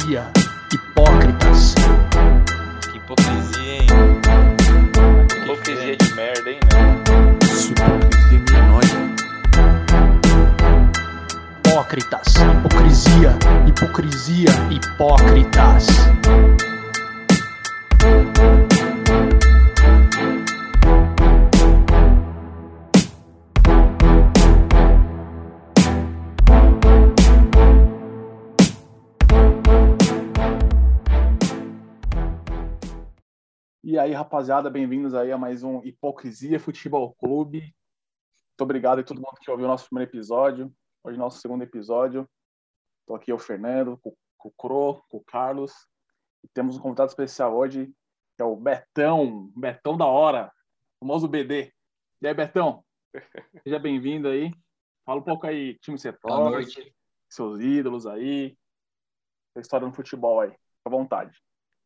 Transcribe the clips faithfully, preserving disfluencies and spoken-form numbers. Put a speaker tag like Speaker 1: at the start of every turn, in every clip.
Speaker 1: hipocrisia, hipócritas.
Speaker 2: Que hipocrisia, hein?
Speaker 3: Hipocrisia de merda, hein, né?
Speaker 4: Isso, hipocrisia milionória.
Speaker 1: Hipócritas, hipocrisia, hipocrisia, hipócritas.
Speaker 5: E aí, rapaziada, bem-vindos aí a mais um Hipocrisia Futebol Clube. Muito obrigado a todo mundo que ouviu o nosso primeiro episódio. Hoje, nosso segundo episódio. Estou aqui o Fernando, com, com o Cro, com o Carlos. E temos um convidado especial hoje, que é o Betão. Betão da hora. O famoso B D. E aí, Betão? Seja bem-vindo aí. Fala um pouco aí, time que você torce, seus ídolos aí, a história no futebol aí. Fica à vontade.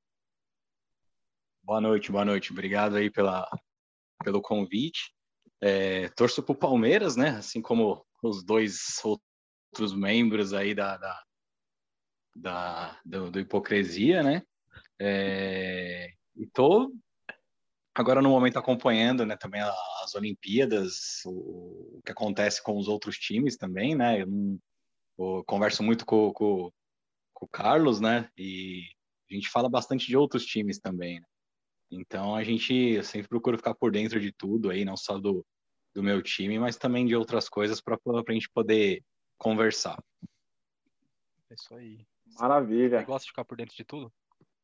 Speaker 6: Boa noite, boa noite. Obrigado aí pela, pelo convite. É, torço pro Palmeiras, né? Assim como os dois outros membros aí da, da, da do, do Hipocrisia, né? É, e tô agora no momento acompanhando, né, também as Olimpíadas, o, o que acontece com os outros times também, né? Eu, não, eu converso muito com, com, com o Carlos, né? E a gente fala bastante de outros times também, né? Então a gente sempre procura ficar por dentro de tudo aí, não só do, do meu time, mas também de outras coisas para a gente poder conversar.
Speaker 2: É isso aí.
Speaker 5: Maravilha.
Speaker 2: Você gosta de ficar por dentro de tudo?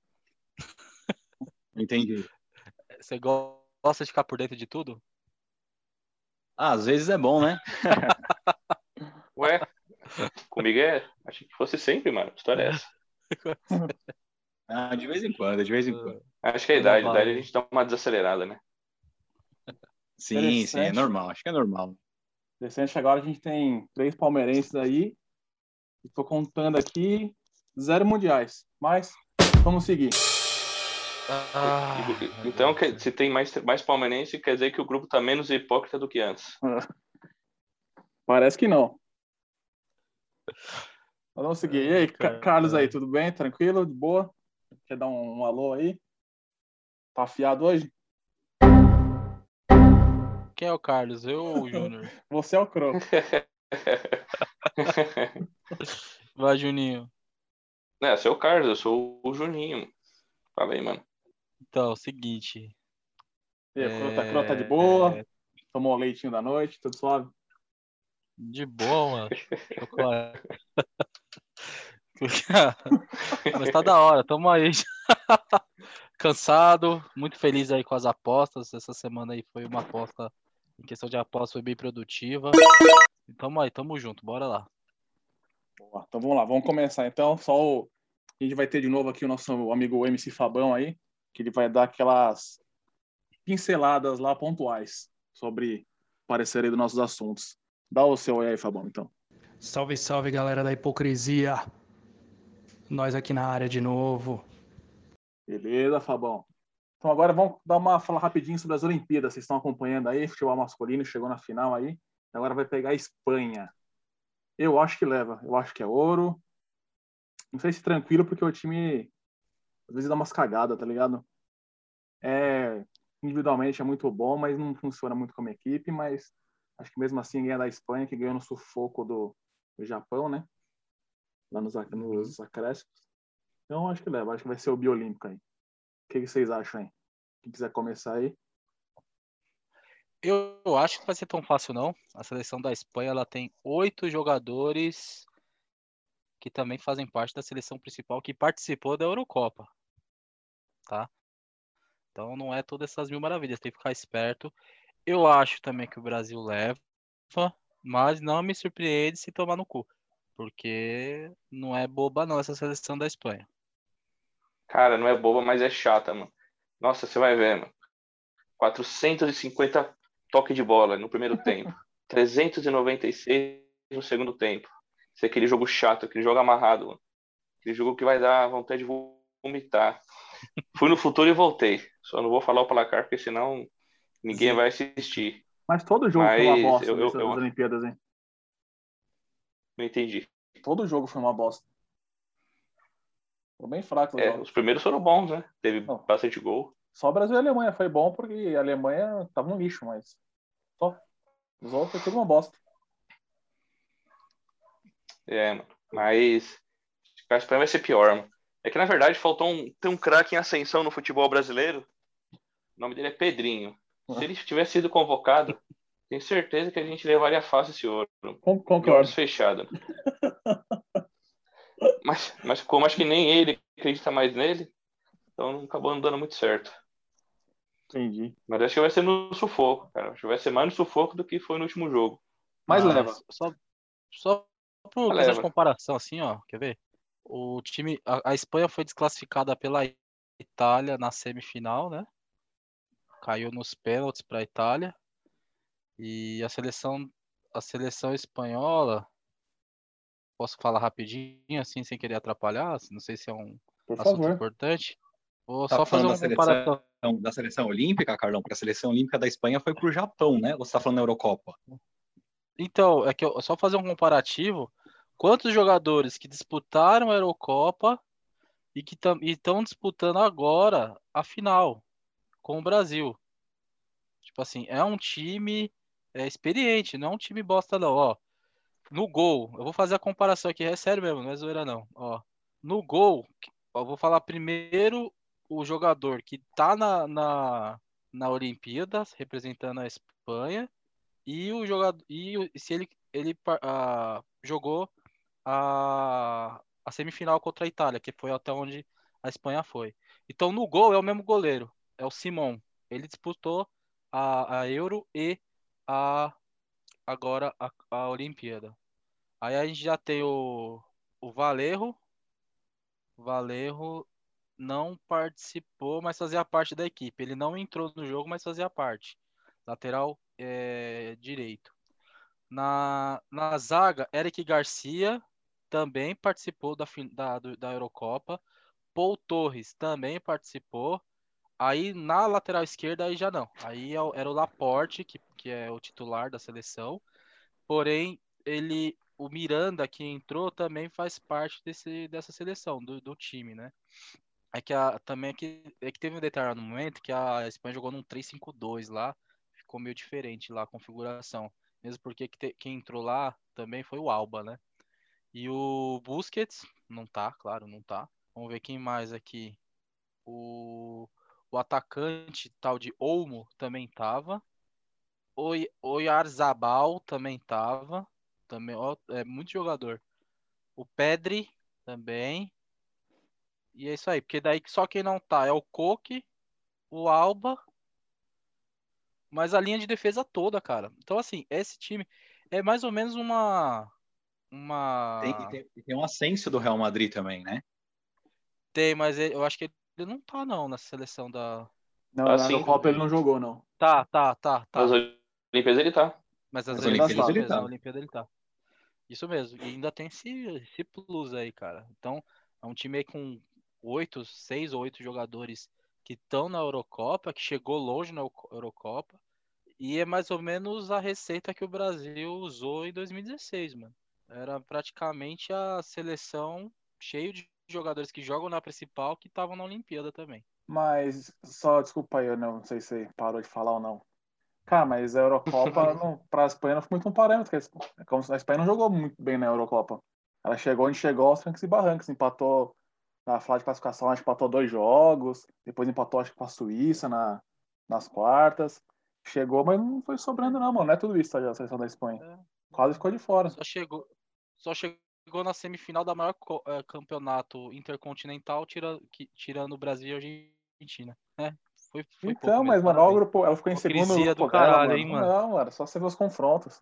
Speaker 6: Entendi.
Speaker 2: Você gosta de ficar por dentro de tudo?
Speaker 6: Ah, às vezes é bom, né?
Speaker 3: Ué, comigo é... Achei que fosse sempre, mano. Que história é essa?
Speaker 6: Ah, de vez em quando, de vez em quando.
Speaker 3: Acho que é a idade. A idade a gente dá uma desacelerada, né?
Speaker 6: Sim, sim, é normal. Acho que é normal.
Speaker 5: Interessante, agora a gente tem três palmeirenses aí. Estou contando aqui zero mundiais. Mas vamos seguir.
Speaker 2: Ah,
Speaker 3: Então, que- se tem mais, mais palmeirense, quer dizer que o grupo tá menos hipócrita do que antes.
Speaker 5: Parece que não. Mas vamos seguir. E aí,
Speaker 2: Cara,
Speaker 5: Carlos aí, tudo bem? Tranquilo? De boa? Quer dar um, um alô aí? Tá afiado hoje?
Speaker 2: quem é o Carlos? Eu ou o Júnior?
Speaker 5: Você é o Croco.
Speaker 2: Vai, Juninho.
Speaker 3: Não, eu sou o Carlos, eu sou o Juninho. Fala aí, mano.
Speaker 2: Então, é o seguinte.
Speaker 5: E aí, o Croco tá,
Speaker 2: É...
Speaker 5: Croco tá de boa? Tomou o leitinho da noite? Tudo suave?
Speaker 2: De boa, mano. Chocolate. Mas tá da hora, tamo aí. Cansado, muito feliz aí com as apostas. Essa semana aí foi uma aposta, em questão de aposta, foi bem produtiva. E tamo aí, tamo junto, bora lá.
Speaker 5: Boa. Então vamos lá, vamos começar então. Só o... A gente vai ter de novo aqui o nosso amigo M C Fabão aí, que ele vai dar aquelas pinceladas lá pontuais sobre o parecer aí dos nossos assuntos. Dá o seu aí, Fabão, então.
Speaker 1: Salve, salve, galera da hipocrisia. Nós aqui na área de novo.
Speaker 5: Beleza, Fabão. Então agora vamos dar uma falar rapidinho sobre as Olimpíadas. Vocês estão acompanhando aí, futebol masculino chegou na final aí. Agora vai pegar a Espanha. Eu acho que leva. Eu acho que é ouro. Não sei se tranquilo, porque o time às vezes dá umas cagadas, tá ligado? É, individualmente é muito bom, mas não funciona muito como equipe. Mas acho que mesmo assim ganha da Espanha, que ganhou no sufoco do, do Japão, né? Lá nos, nos acréscimos. Então acho que leva. Acho que vai ser o biolímpico aí. O que, que vocês acham aí? Quem quiser começar aí.
Speaker 2: Eu, eu acho que não vai ser tão fácil, não. A seleção da Espanha, ela tem oito jogadores que também fazem parte da seleção principal que participou da Eurocopa, tá? Então não é todas essas mil maravilhas, tem que ficar esperto. Eu acho também que o Brasil leva, mas não me surpreende se tomar no cu, porque não é boba não essa seleção da Espanha.
Speaker 3: Cara, não é boba, mas é chata, mano. Nossa, você vai ver, mano. quatrocentos e cinquenta toques de bola no primeiro tempo. trezentos e noventa e seis no segundo tempo. Isso é aquele jogo chato, aquele jogo amarrado, mano. Aquele jogo que vai dar vontade de vomitar. Fui no futuro e voltei. Só não vou falar o placar, porque senão ninguém
Speaker 5: Sim.
Speaker 3: vai assistir.
Speaker 5: Mas todo jogo
Speaker 3: Mas
Speaker 5: foi uma bosta
Speaker 3: eu, eu,
Speaker 5: nessas
Speaker 3: eu
Speaker 5: Olimpíadas, hein?
Speaker 3: não entendi.
Speaker 5: Todo jogo foi uma bosta. Foram bem fracos os
Speaker 3: É,
Speaker 5: jogos.
Speaker 3: os primeiros foram bons, né? Teve
Speaker 5: Não.
Speaker 3: bastante gol.
Speaker 5: Só o Brasil e a Alemanha foi bom porque a Alemanha tava no lixo, mas só. Os outros foi tudo uma bosta.
Speaker 3: É, mano. Mas a Espanha vai ser pior, mano. É que, na verdade, faltou um... Tem um craque em ascensão no futebol brasileiro. O nome dele é Pedrinho. Se ele tivesse sido convocado, tenho certeza que a gente levaria fácil esse ouro.
Speaker 5: Com-
Speaker 3: De
Speaker 5: Concordo.
Speaker 3: olhos fechados. Mas, mas como acho que nem ele acredita mais nele, então não acabou não dando muito certo.
Speaker 5: Entendi.
Speaker 3: Mas acho que vai ser no sufoco, cara. Acho que vai ser mais no sufoco do que foi no último jogo.
Speaker 5: Mas
Speaker 2: Mas
Speaker 5: leva.
Speaker 2: Só, só por
Speaker 3: Mas
Speaker 2: questão de
Speaker 3: leva.
Speaker 2: comparação, assim, ó, quer ver? O time, a, a Espanha foi desclassificada pela Itália na semifinal, né? Caiu nos pênaltis para a Itália. E a seleção, a seleção espanhola, posso falar rapidinho, assim, sem querer atrapalhar? Não sei se é um
Speaker 5: Por
Speaker 2: assunto
Speaker 5: favor.
Speaker 2: importante. Vou
Speaker 6: Tá
Speaker 2: só fazer
Speaker 6: falando da
Speaker 2: uma comparação.
Speaker 6: seleção, da seleção olímpica, Carlão? Porque a seleção olímpica da Espanha foi pro Japão, né? Ou você tá falando da Eurocopa?
Speaker 2: Então, é que eu só fazer um comparativo. Quantos jogadores que disputaram a Eurocopa e que estão disputando agora a final com o Brasil? Tipo assim, é um time é, experiente, não é um time bosta não, ó. No gol, eu vou fazer a comparação aqui, é sério mesmo, não é zoeira não, ó. No gol, eu vou falar primeiro o jogador que tá na, na, na Olimpíada, representando a Espanha, e o jogador e o- se ele ele par- ah, jogou a, a semifinal contra a Itália, que foi até onde a Espanha foi. Então no gol é o mesmo goleiro, é o Simon. Ele disputou a, a Euro e a agora a, a Olimpíada. Aí a gente já tem o o Valerro. Valerro não participou, mas fazia parte da equipe. Ele não entrou no jogo, mas fazia parte. Lateral é, direito. Na, na zaga, Eric Garcia também participou da, fin- da, do- da Eurocopa. Paul Torres também participou. Aí na lateral esquerda, aí já não. Aí é o- era o Laporte, que, que é o titular da seleção. Porém, ele, o Miranda que entrou também faz parte desse, dessa seleção, do, do time, né? É que a, também é que, é que teve um determinado momento que a Espanha jogou num três cinco dois lá, ficou meio diferente lá a configuração. Mesmo porque que te- quem entrou lá também foi o Alba, né? E o Busquets, não tá, claro, não tá. Vamos ver quem mais aqui. O, o atacante tal de Olmo também tava. O Oyarzabal também tava. Também, ó, é muito jogador. O Pedri também. E é isso aí, porque daí só quem não tá é o Coque, o Alba, mas a linha de defesa toda, cara. Então, assim, esse time é mais ou menos uma.
Speaker 6: Tem, e
Speaker 2: Uma.
Speaker 6: tem, e tem um Asensio do Real Madrid também, né?
Speaker 2: Tem, mas ele- eu acho que ele não tá, não, nessa seleção da.
Speaker 5: Não, na
Speaker 3: Assim,
Speaker 5: Eurocopa ele não jogou, não.
Speaker 2: Tá, tá, tá,
Speaker 3: nas
Speaker 2: tá.
Speaker 3: Olimpíadas ele tá.
Speaker 2: Mas as
Speaker 5: Nas
Speaker 6: Nas
Speaker 5: Olimpíadas
Speaker 2: Olimpíadas,
Speaker 6: Olimpíadas
Speaker 5: tá.
Speaker 2: isso
Speaker 6: ele
Speaker 2: mesmo, na
Speaker 6: tá.
Speaker 2: Olimpíada ele tá. Isso mesmo. E ainda tem esse, esse plus aí, cara. Então, é um time aí com oito, seis ou oito jogadores que estão na Eurocopa, que chegou longe na Euro- Eurocopa. E é mais ou menos a receita que o Brasil usou em dois mil e dezesseis, mano. Era praticamente a seleção cheio de jogadores que jogam na principal que estavam na Olimpíada também.
Speaker 5: Mas, só, desculpa aí, eu não sei se você parou de falar ou não. Cara, mas a Eurocopa, não, pra Espanha não foi muito um parâmetro. Porque é como se a Espanha não jogou muito bem na Eurocopa. Ela chegou onde chegou aos trancos e barrancos. Empatou na fase de classificação, acho que empatou dois jogos. Depois empatou, acho que com a Suíça na, nas quartas. Chegou, mas não foi sobrando, não, mano. Não é tudo isso, tá, a seleção da Espanha.
Speaker 2: É,
Speaker 5: Quase ficou de fora.
Speaker 2: só chegou, só chegou na semifinal da maior co- eh, campeonato intercontinental, tira, que- tirando o Brasil e a Argentina. É, foi, foi pouco
Speaker 5: Então, mas,
Speaker 2: mesmo,
Speaker 5: mano, olha o
Speaker 2: parabéns.
Speaker 5: grupo, ela ficou em segundo no
Speaker 2: Hipocrisia do
Speaker 5: grupo dela,
Speaker 2: caralho, hein,
Speaker 5: mano.
Speaker 2: mano.
Speaker 5: Não, mano, só você ver os confrontos.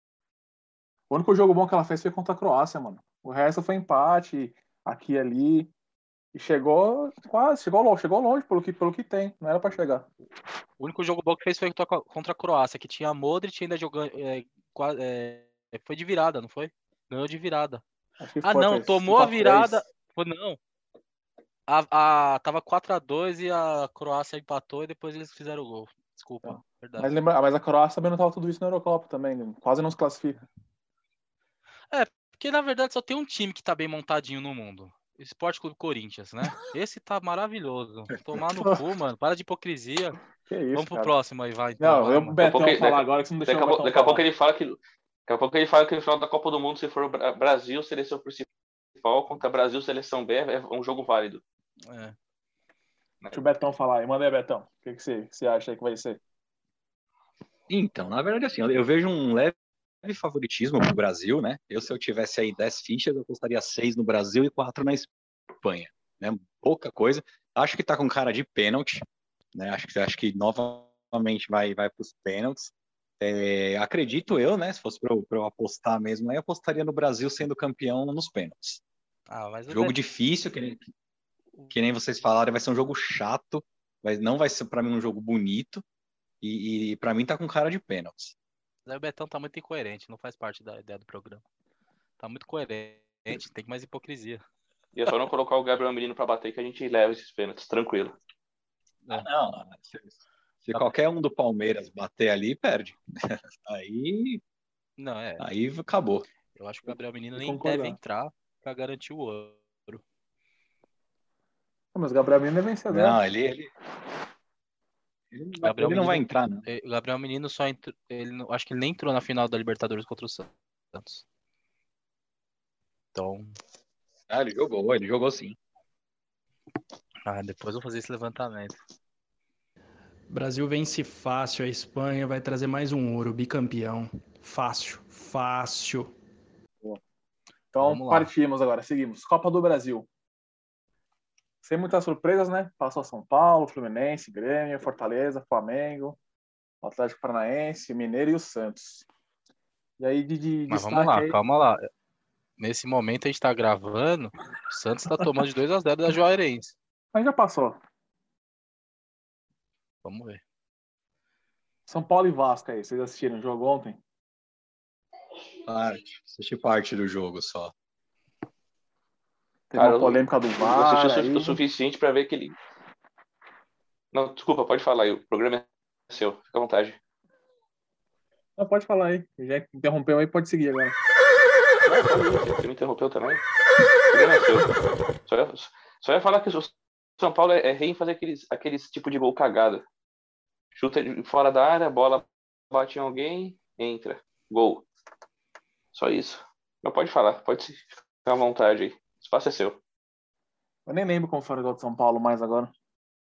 Speaker 5: O único jogo bom que ela fez foi contra a Croácia, mano. O resto foi empate, aqui e ali. E chegou quase, chegou longe, chegou longe pelo que, pelo que tem. Não era pra chegar.
Speaker 2: O único jogo bom que fez foi contra contra a Croácia, que tinha a Modric ainda jogando. É, qua- é, foi de virada, não foi? Ganhou de virada.
Speaker 5: Acho que
Speaker 2: Ah,
Speaker 5: foi,
Speaker 2: não,
Speaker 5: foi
Speaker 2: tomou
Speaker 5: cinco
Speaker 2: a
Speaker 5: a três.
Speaker 2: virada. Foi, não. A, a, tava quatro a dois e a Croácia empatou e depois eles fizeram o gol. Desculpa,
Speaker 5: Então.
Speaker 2: verdade.
Speaker 5: Mas, lembra, mas a Croácia também não tava tudo isso na Eurocopa também. Quase não se classifica.
Speaker 2: É, porque na verdade só tem um time que tá bem montadinho no mundo. Esporte Clube Corinthians, né? Esse tá maravilhoso. Tomar no cu, mano. Para de hipocrisia.
Speaker 5: Que isso,
Speaker 2: Vamos pro
Speaker 5: cara.
Speaker 2: próximo aí, vai. Então,
Speaker 5: Não,
Speaker 2: vai,
Speaker 5: eu
Speaker 2: mano.
Speaker 5: o
Speaker 3: Daqui a pouco
Speaker 5: Betão
Speaker 3: ele-
Speaker 5: falar
Speaker 3: daqui-
Speaker 5: agora que você não deixou
Speaker 3: Daqui a,
Speaker 5: o
Speaker 3: pouco,
Speaker 5: Betão
Speaker 3: daqui a pouco
Speaker 5: falar.
Speaker 3: ele fala que. Daqui a pouco ele fala que no final da Copa do Mundo, se for Bra- Brasil, seleção principal, contra Brasil, seleção B, é um jogo válido.
Speaker 2: É.
Speaker 5: Deixa o Betão falar aí. Manda aí, Betão. O que, que, você, que você acha aí que vai ser?
Speaker 6: Então, na verdade, assim, eu vejo um leve favoritismo pro Brasil, né? Eu, se eu tivesse aí dez fichas, eu apostaria seis no Brasil e quatro na Espanha, né? Pouca coisa. Acho que tá com cara de pênalti, né? Acho que, acho que novamente vai, vai pros pênaltis. É, acredito eu, né? Se fosse para eu, pra eu apostar mesmo, aí eu apostaria no Brasil sendo campeão nos pênaltis.
Speaker 2: Ah, mas o
Speaker 6: Jogo
Speaker 2: Bet-
Speaker 6: difícil, que nem, que nem vocês falaram, vai ser um jogo chato, mas não vai ser para mim um jogo bonito. E, e para mim tá com cara de pênaltis.
Speaker 2: o Betão tá muito incoerente, não faz parte da ideia do programa. Tá muito coerente, tem mais hipocrisia.
Speaker 3: E é só não colocar o Gabriel Menino pra bater que a gente leva esses pênaltis, tranquilo.
Speaker 6: Ah, não. Se, se qualquer um do Palmeiras bater ali, perde. Aí,
Speaker 2: Não, é.
Speaker 6: aí acabou.
Speaker 2: Eu acho que o Gabriel Menino
Speaker 5: Vou
Speaker 2: nem
Speaker 5: concordar.
Speaker 2: deve entrar pra garantir o ouro.
Speaker 5: Não, mas o Gabriel Menino é vencedor.
Speaker 6: Não, ele, ele, ele, não vai-
Speaker 2: Gabriel
Speaker 6: ele não vai
Speaker 2: Menino-
Speaker 6: entrar, não.
Speaker 2: Eh, O Gabriel Menino só entrou. Ele, não- acho que ele nem entrou na final da Libertadores contra o Santos. Então,
Speaker 6: Ah, ele jogou, ele jogou sim.
Speaker 2: ah, depois eu vou fazer esse levantamento.
Speaker 1: Brasil vence fácil a Espanha, vai trazer mais um ouro, bicampeão. Fácil, fácil.
Speaker 5: Então,
Speaker 2: Vamos lá.
Speaker 5: partimos agora. Seguimos. Copa do Brasil. Sem muitas surpresas, né? Passou São Paulo, Fluminense, Grêmio, Fortaleza, Flamengo, Atlético Paranaense, Mineiro e o Santos. E aí, de, de
Speaker 2: Mas
Speaker 5: destaque
Speaker 2: vamos lá,
Speaker 5: aí...
Speaker 2: calma lá. Nesse momento a gente tá gravando, o Santos tá tomando de dois a zero da Juazeirense.
Speaker 5: Mas já passou.
Speaker 2: Vamos ver.
Speaker 5: São Paulo e Vasco aí. Vocês assistiram o jogo ontem?
Speaker 6: Parte. Assisti parte do jogo só.
Speaker 5: Teve
Speaker 3: Cara,
Speaker 5: uma
Speaker 3: eu-
Speaker 5: polêmica do
Speaker 3: Eu
Speaker 5: V A R
Speaker 3: assisti o, su-
Speaker 5: aí.
Speaker 3: o suficiente pra ver que ele. Não, desculpa, pode falar aí. O programa é seu. Fica à vontade.
Speaker 5: Não, pode falar aí. Já interrompeu aí, pode seguir agora.
Speaker 3: Não, pode ir. Você me interrompeu também? O programa é seu. Só ia, só ia falar que o São Paulo é, é rei em fazer aqueles, aqueles tipo de gol cagada. Chuta de fora da área, bola bate em alguém, entra. Gol. Só isso. Mas pode falar, pode ficar à vontade aí. O espaço é seu.
Speaker 5: Eu nem lembro como foi o gol de São Paulo mais agora.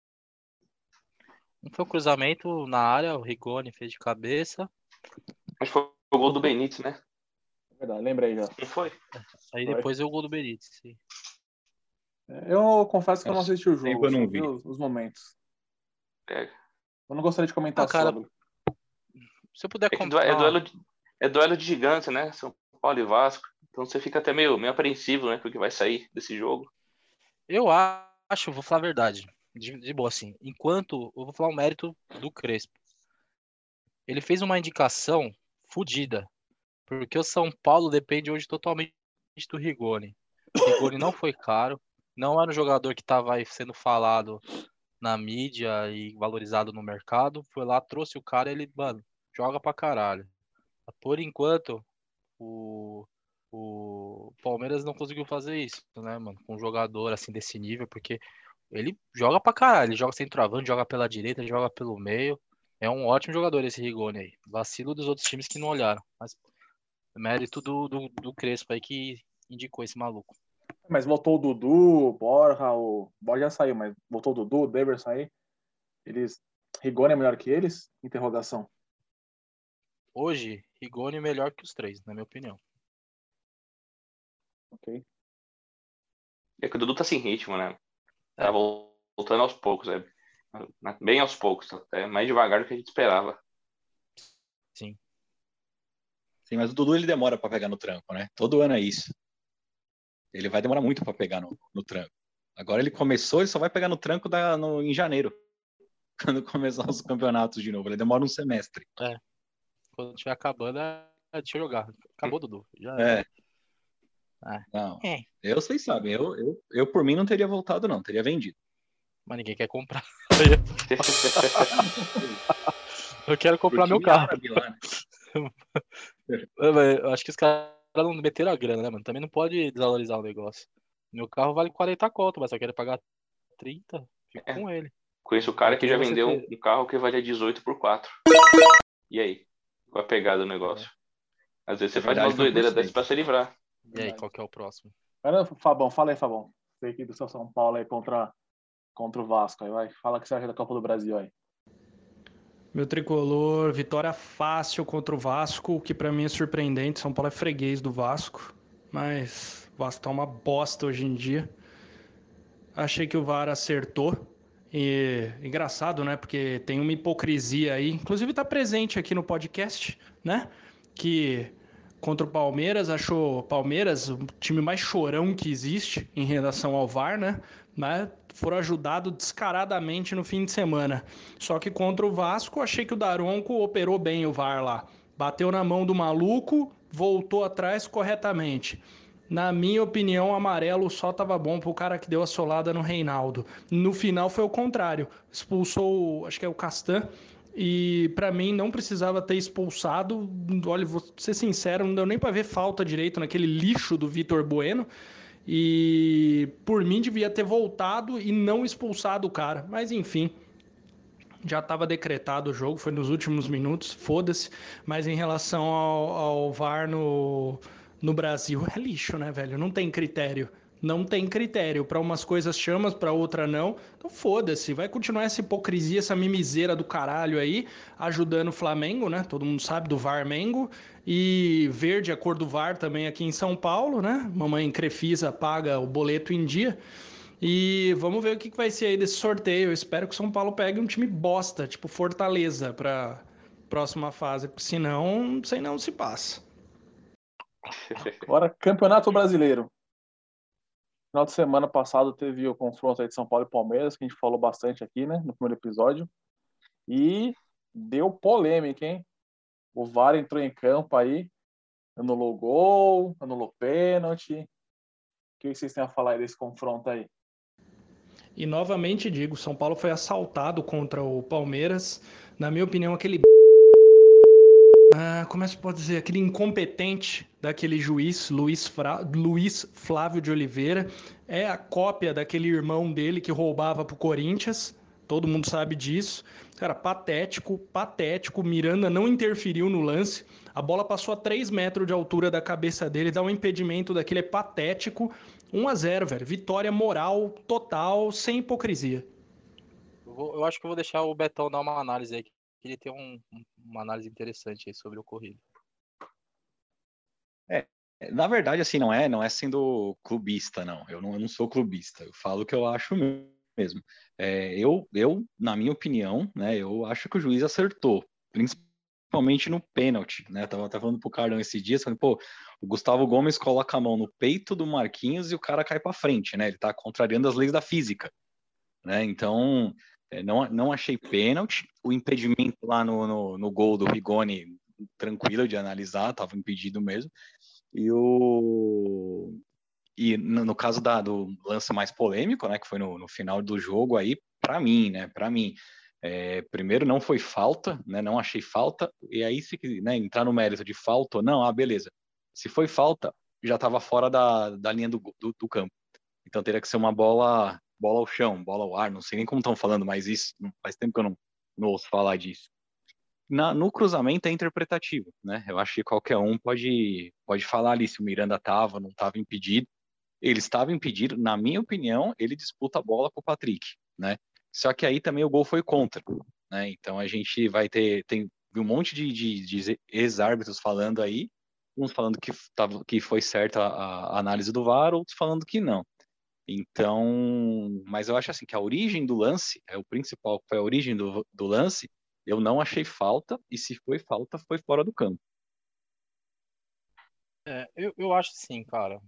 Speaker 2: Um foi um cruzamento na área, o Rigoni fez de cabeça.
Speaker 3: Acho que foi o gol do Benítez, né?
Speaker 5: É verdade, lembrei já.
Speaker 3: Não foi?
Speaker 2: Aí
Speaker 5: Foi.
Speaker 2: depois veio o gol do Benítez. Sim.
Speaker 5: Eu confesso que eu não assisti o jogo,
Speaker 6: Tempo eu não
Speaker 5: só vi
Speaker 6: vi.
Speaker 5: os, os momentos.
Speaker 3: É,
Speaker 5: Eu não gostaria de comentar
Speaker 2: Ah, cara,
Speaker 5: sobre.
Speaker 2: Se eu puder
Speaker 3: é, que
Speaker 2: contar.
Speaker 3: du- é duelo de, é duelo de gigantes, né? São Paulo e Vasco. Então você fica até meio, meio apreensivo, né? Com o que vai sair desse jogo.
Speaker 2: Eu acho, vou falar a verdade, de, de boa assim, enquanto, eu vou falar o mérito do Crespo. Ele fez uma indicação fodida, porque o São Paulo depende hoje totalmente do Rigoni. O Rigoni não foi caro, não era um jogador que estava aí sendo falado na mídia e valorizado no mercado, foi lá, trouxe o cara, ele, mano, joga pra caralho. Por enquanto, o... O Palmeiras não conseguiu fazer isso, né, mano? Com um jogador assim desse nível, porque ele joga pra caralho, ele joga centroavante, joga pela direita, joga pelo meio. É um ótimo jogador esse Rigoni aí. Vacilo dos outros times que não olharam. Mas mérito do, do, do Crespo aí que indicou esse maluco.
Speaker 5: Mas voltou o Dudu, o Borja, o Borja já saiu, mas voltou o Dudu, o Deverson aí. Eles... Rigoni é melhor que eles? Interrogação.
Speaker 2: Hoje, Rigoni é melhor que os três, na minha opinião.
Speaker 5: Ok.
Speaker 3: É que o Dudu tá sem ritmo, né? Tá
Speaker 2: É.
Speaker 3: voltando aos poucos, é. Bem aos poucos, é mais devagar do que a gente esperava.
Speaker 2: Sim.
Speaker 6: Sim, mas o Dudu ele demora pra pegar no tranco, né? Todo ano é isso. Ele vai demorar muito pra pegar no, no tranco. Agora ele começou, ele só vai pegar no tranco da, no, em janeiro. Quando começar os campeonatos de novo. Ele demora um semestre.
Speaker 2: Quando tiver acabando, é... deixa eu jogar. Acabou, Dudu. Já
Speaker 6: É.
Speaker 2: Ah.
Speaker 6: Não.
Speaker 2: É.
Speaker 6: Eu, vocês sabem, eu, eu, eu por mim não teria voltado, não. Teria vendido.
Speaker 2: Mas ninguém quer comprar. Eu quero comprar
Speaker 6: Pro
Speaker 2: meu
Speaker 6: time
Speaker 2: carro.
Speaker 6: árabe lá, né?
Speaker 2: Eu eu acho que os caras não meteram a grana, né, mano? Também não pode desvalorizar o negócio. Meu carro vale quarenta conto, mas se eu quero pagar trinta, fico
Speaker 3: É.
Speaker 2: com ele.
Speaker 3: Conheço o cara que
Speaker 2: Porque
Speaker 3: já
Speaker 2: você
Speaker 3: vendeu
Speaker 2: ter-
Speaker 3: um carro que valia dezoito por quatro. E aí? Qual a pegada do negócio? Às vezes você
Speaker 6: Na
Speaker 3: faz
Speaker 6: verdade,
Speaker 3: umas
Speaker 6: foi por
Speaker 3: doideiras dessas
Speaker 6: cento.
Speaker 3: pra se livrar.
Speaker 2: E aí,
Speaker 5: Verdade.
Speaker 2: qual que é o próximo?
Speaker 5: Agora, Fabão, fala aí, Fabão. Você aqui do seu São Paulo aí contra, contra o Vasco. Aí, vai. Fala o que você acha da Copa do Brasil aí.
Speaker 1: Meu tricolor, vitória fácil contra o Vasco, o que pra mim é surpreendente. São Paulo é freguês do Vasco, mas o Vasco tá uma bosta hoje em dia. Achei que o V A R acertou. E engraçado, né? Porque tem uma hipocrisia aí, inclusive tá presente aqui no podcast, né? Que contra o Palmeiras achou Palmeiras o time mais chorão que existe em relação ao V A R, né? Mas foram ajudados descaradamente no fim de semana. Só que contra o Vasco, achei que o Daronco operou bem o V A R lá. Bateu na mão do maluco, voltou atrás corretamente. Na minha opinião, o amarelo só tava bom pro cara que deu a solada no Reinaldo. No final foi o contrário. Expulsou, acho que é o Castan, e pra mim não precisava ter expulsado. Olha, vou ser sincero, não deu nem pra ver falta direito naquele lixo do Vitor Bueno. E por mim devia ter voltado e não expulsado o cara. Mas enfim, já estava decretado o jogo, foi nos últimos minutos, foda-se. Mas em relação ao, ao V A R no, no Brasil, é lixo, né, velho? Não tem critério. Não tem critério. Para umas coisas chamas, para outra não. Então foda-se. Vai continuar essa hipocrisia, essa mimiseira do caralho aí, ajudando o Flamengo, né? Todo mundo sabe do Varmengo. E verde, a cor do V A R também aqui em São Paulo, né? Mamãe Crefisa paga o boleto em dia. E vamos ver o que vai ser aí desse sorteio. Eu espero que o São Paulo pegue um time bosta, tipo Fortaleza, pra próxima fase, porque senão, não sei não se passa.
Speaker 5: Agora, Campeonato Brasileiro. Final de semana passado teve o confronto aí de São Paulo e Palmeiras, que a gente falou bastante aqui, né, no primeiro episódio. E deu polêmica, hein? O V A R entrou em campo aí, anulou gol, anulou pênalti. O que vocês têm a falar aí desse confronto aí?
Speaker 1: E novamente digo, São Paulo foi assaltado contra o Palmeiras. Na minha opinião, aquele ah, como é que se pode dizer? Aquele incompetente daquele juiz, Luiz, Fra... Luiz Flávio de Oliveira, é a cópia daquele irmão dele que roubava pro Corinthians. Todo mundo sabe disso. Cara, patético, patético. Miranda não interferiu no lance. A bola passou a três metros de altura da cabeça dele, dá um impedimento daquele, é patético. um a zero, velho. Vitória moral total, sem hipocrisia.
Speaker 2: Eu, vou- eu acho que eu vou deixar o Betão dar uma análise aí, que ele tem um- um- uma análise interessante aí sobre o ocorrido.
Speaker 6: Na verdade, assim, não é, não é sendo clubista, não. Eu não, eu não sou clubista. Eu falo o que eu acho mesmo. É, eu, eu, na minha opinião, né, eu acho que o juiz acertou, principalmente no pênalti, né? Tava, tava falando pro Carlão esses dias, falando, pô, o Gustavo Gomes coloca a mão no peito do Marquinhos e o cara cai para frente, né? Ele tá contrariando as leis da física, né? Então, é, não, não achei pênalti. O impedimento lá no, no, no gol do Rigoni, tranquilo de analisar, tava impedido mesmo. E o e no, no caso da, do lance mais polêmico, né, que foi no, no final do jogo aí, para mim, né, para mim, é, primeiro não foi falta, né, não achei falta, e aí se né, entrar no mérito de falta ou não, ah, beleza. Se foi falta, já estava fora da, da linha do, do, do campo. Então teria que ser uma bola, bola ao chão, bola ao ar, não sei nem como estão falando, mas isso faz tempo que eu não, não ouço falar disso. Na, no cruzamento é interpretativo, né? Eu acho que qualquer um pode, pode falar ali se o Miranda estava, não estava impedido. Ele estava impedido, na minha opinião, ele disputa a bola com o Patrick, né? Só que aí também o gol foi contra, né? Então a gente vai ter tem um monte de, de, de ex-árbitros falando aí, uns falando que, tava, que foi certa a, a análise do V A R, outros falando que não. Então, mas eu acho assim que a origem do lance, é o principal, foi a origem do, do lance, eu não achei falta, e se foi falta, foi fora do campo.
Speaker 2: É, eu, eu acho assim, cara.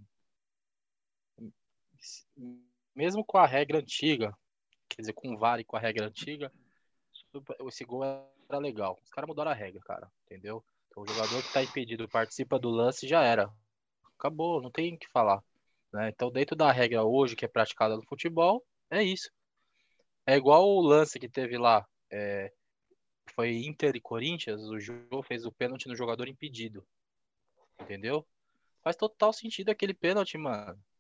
Speaker 2: Mesmo com a regra antiga, quer dizer, com o V A R e com a regra antiga, esse gol era legal. Os caras mudaram a regra, cara, entendeu? Então, o jogador que tá impedido participa do lance, já era. Acabou, não tem o que falar, né? Então, dentro da regra hoje que é praticada no futebol, é isso. É igual o lance que teve lá, é, foi Inter e Corinthians, o Jô fez o pênalti no jogador impedido, entendeu? Faz total sentido aquele pênalti, mano.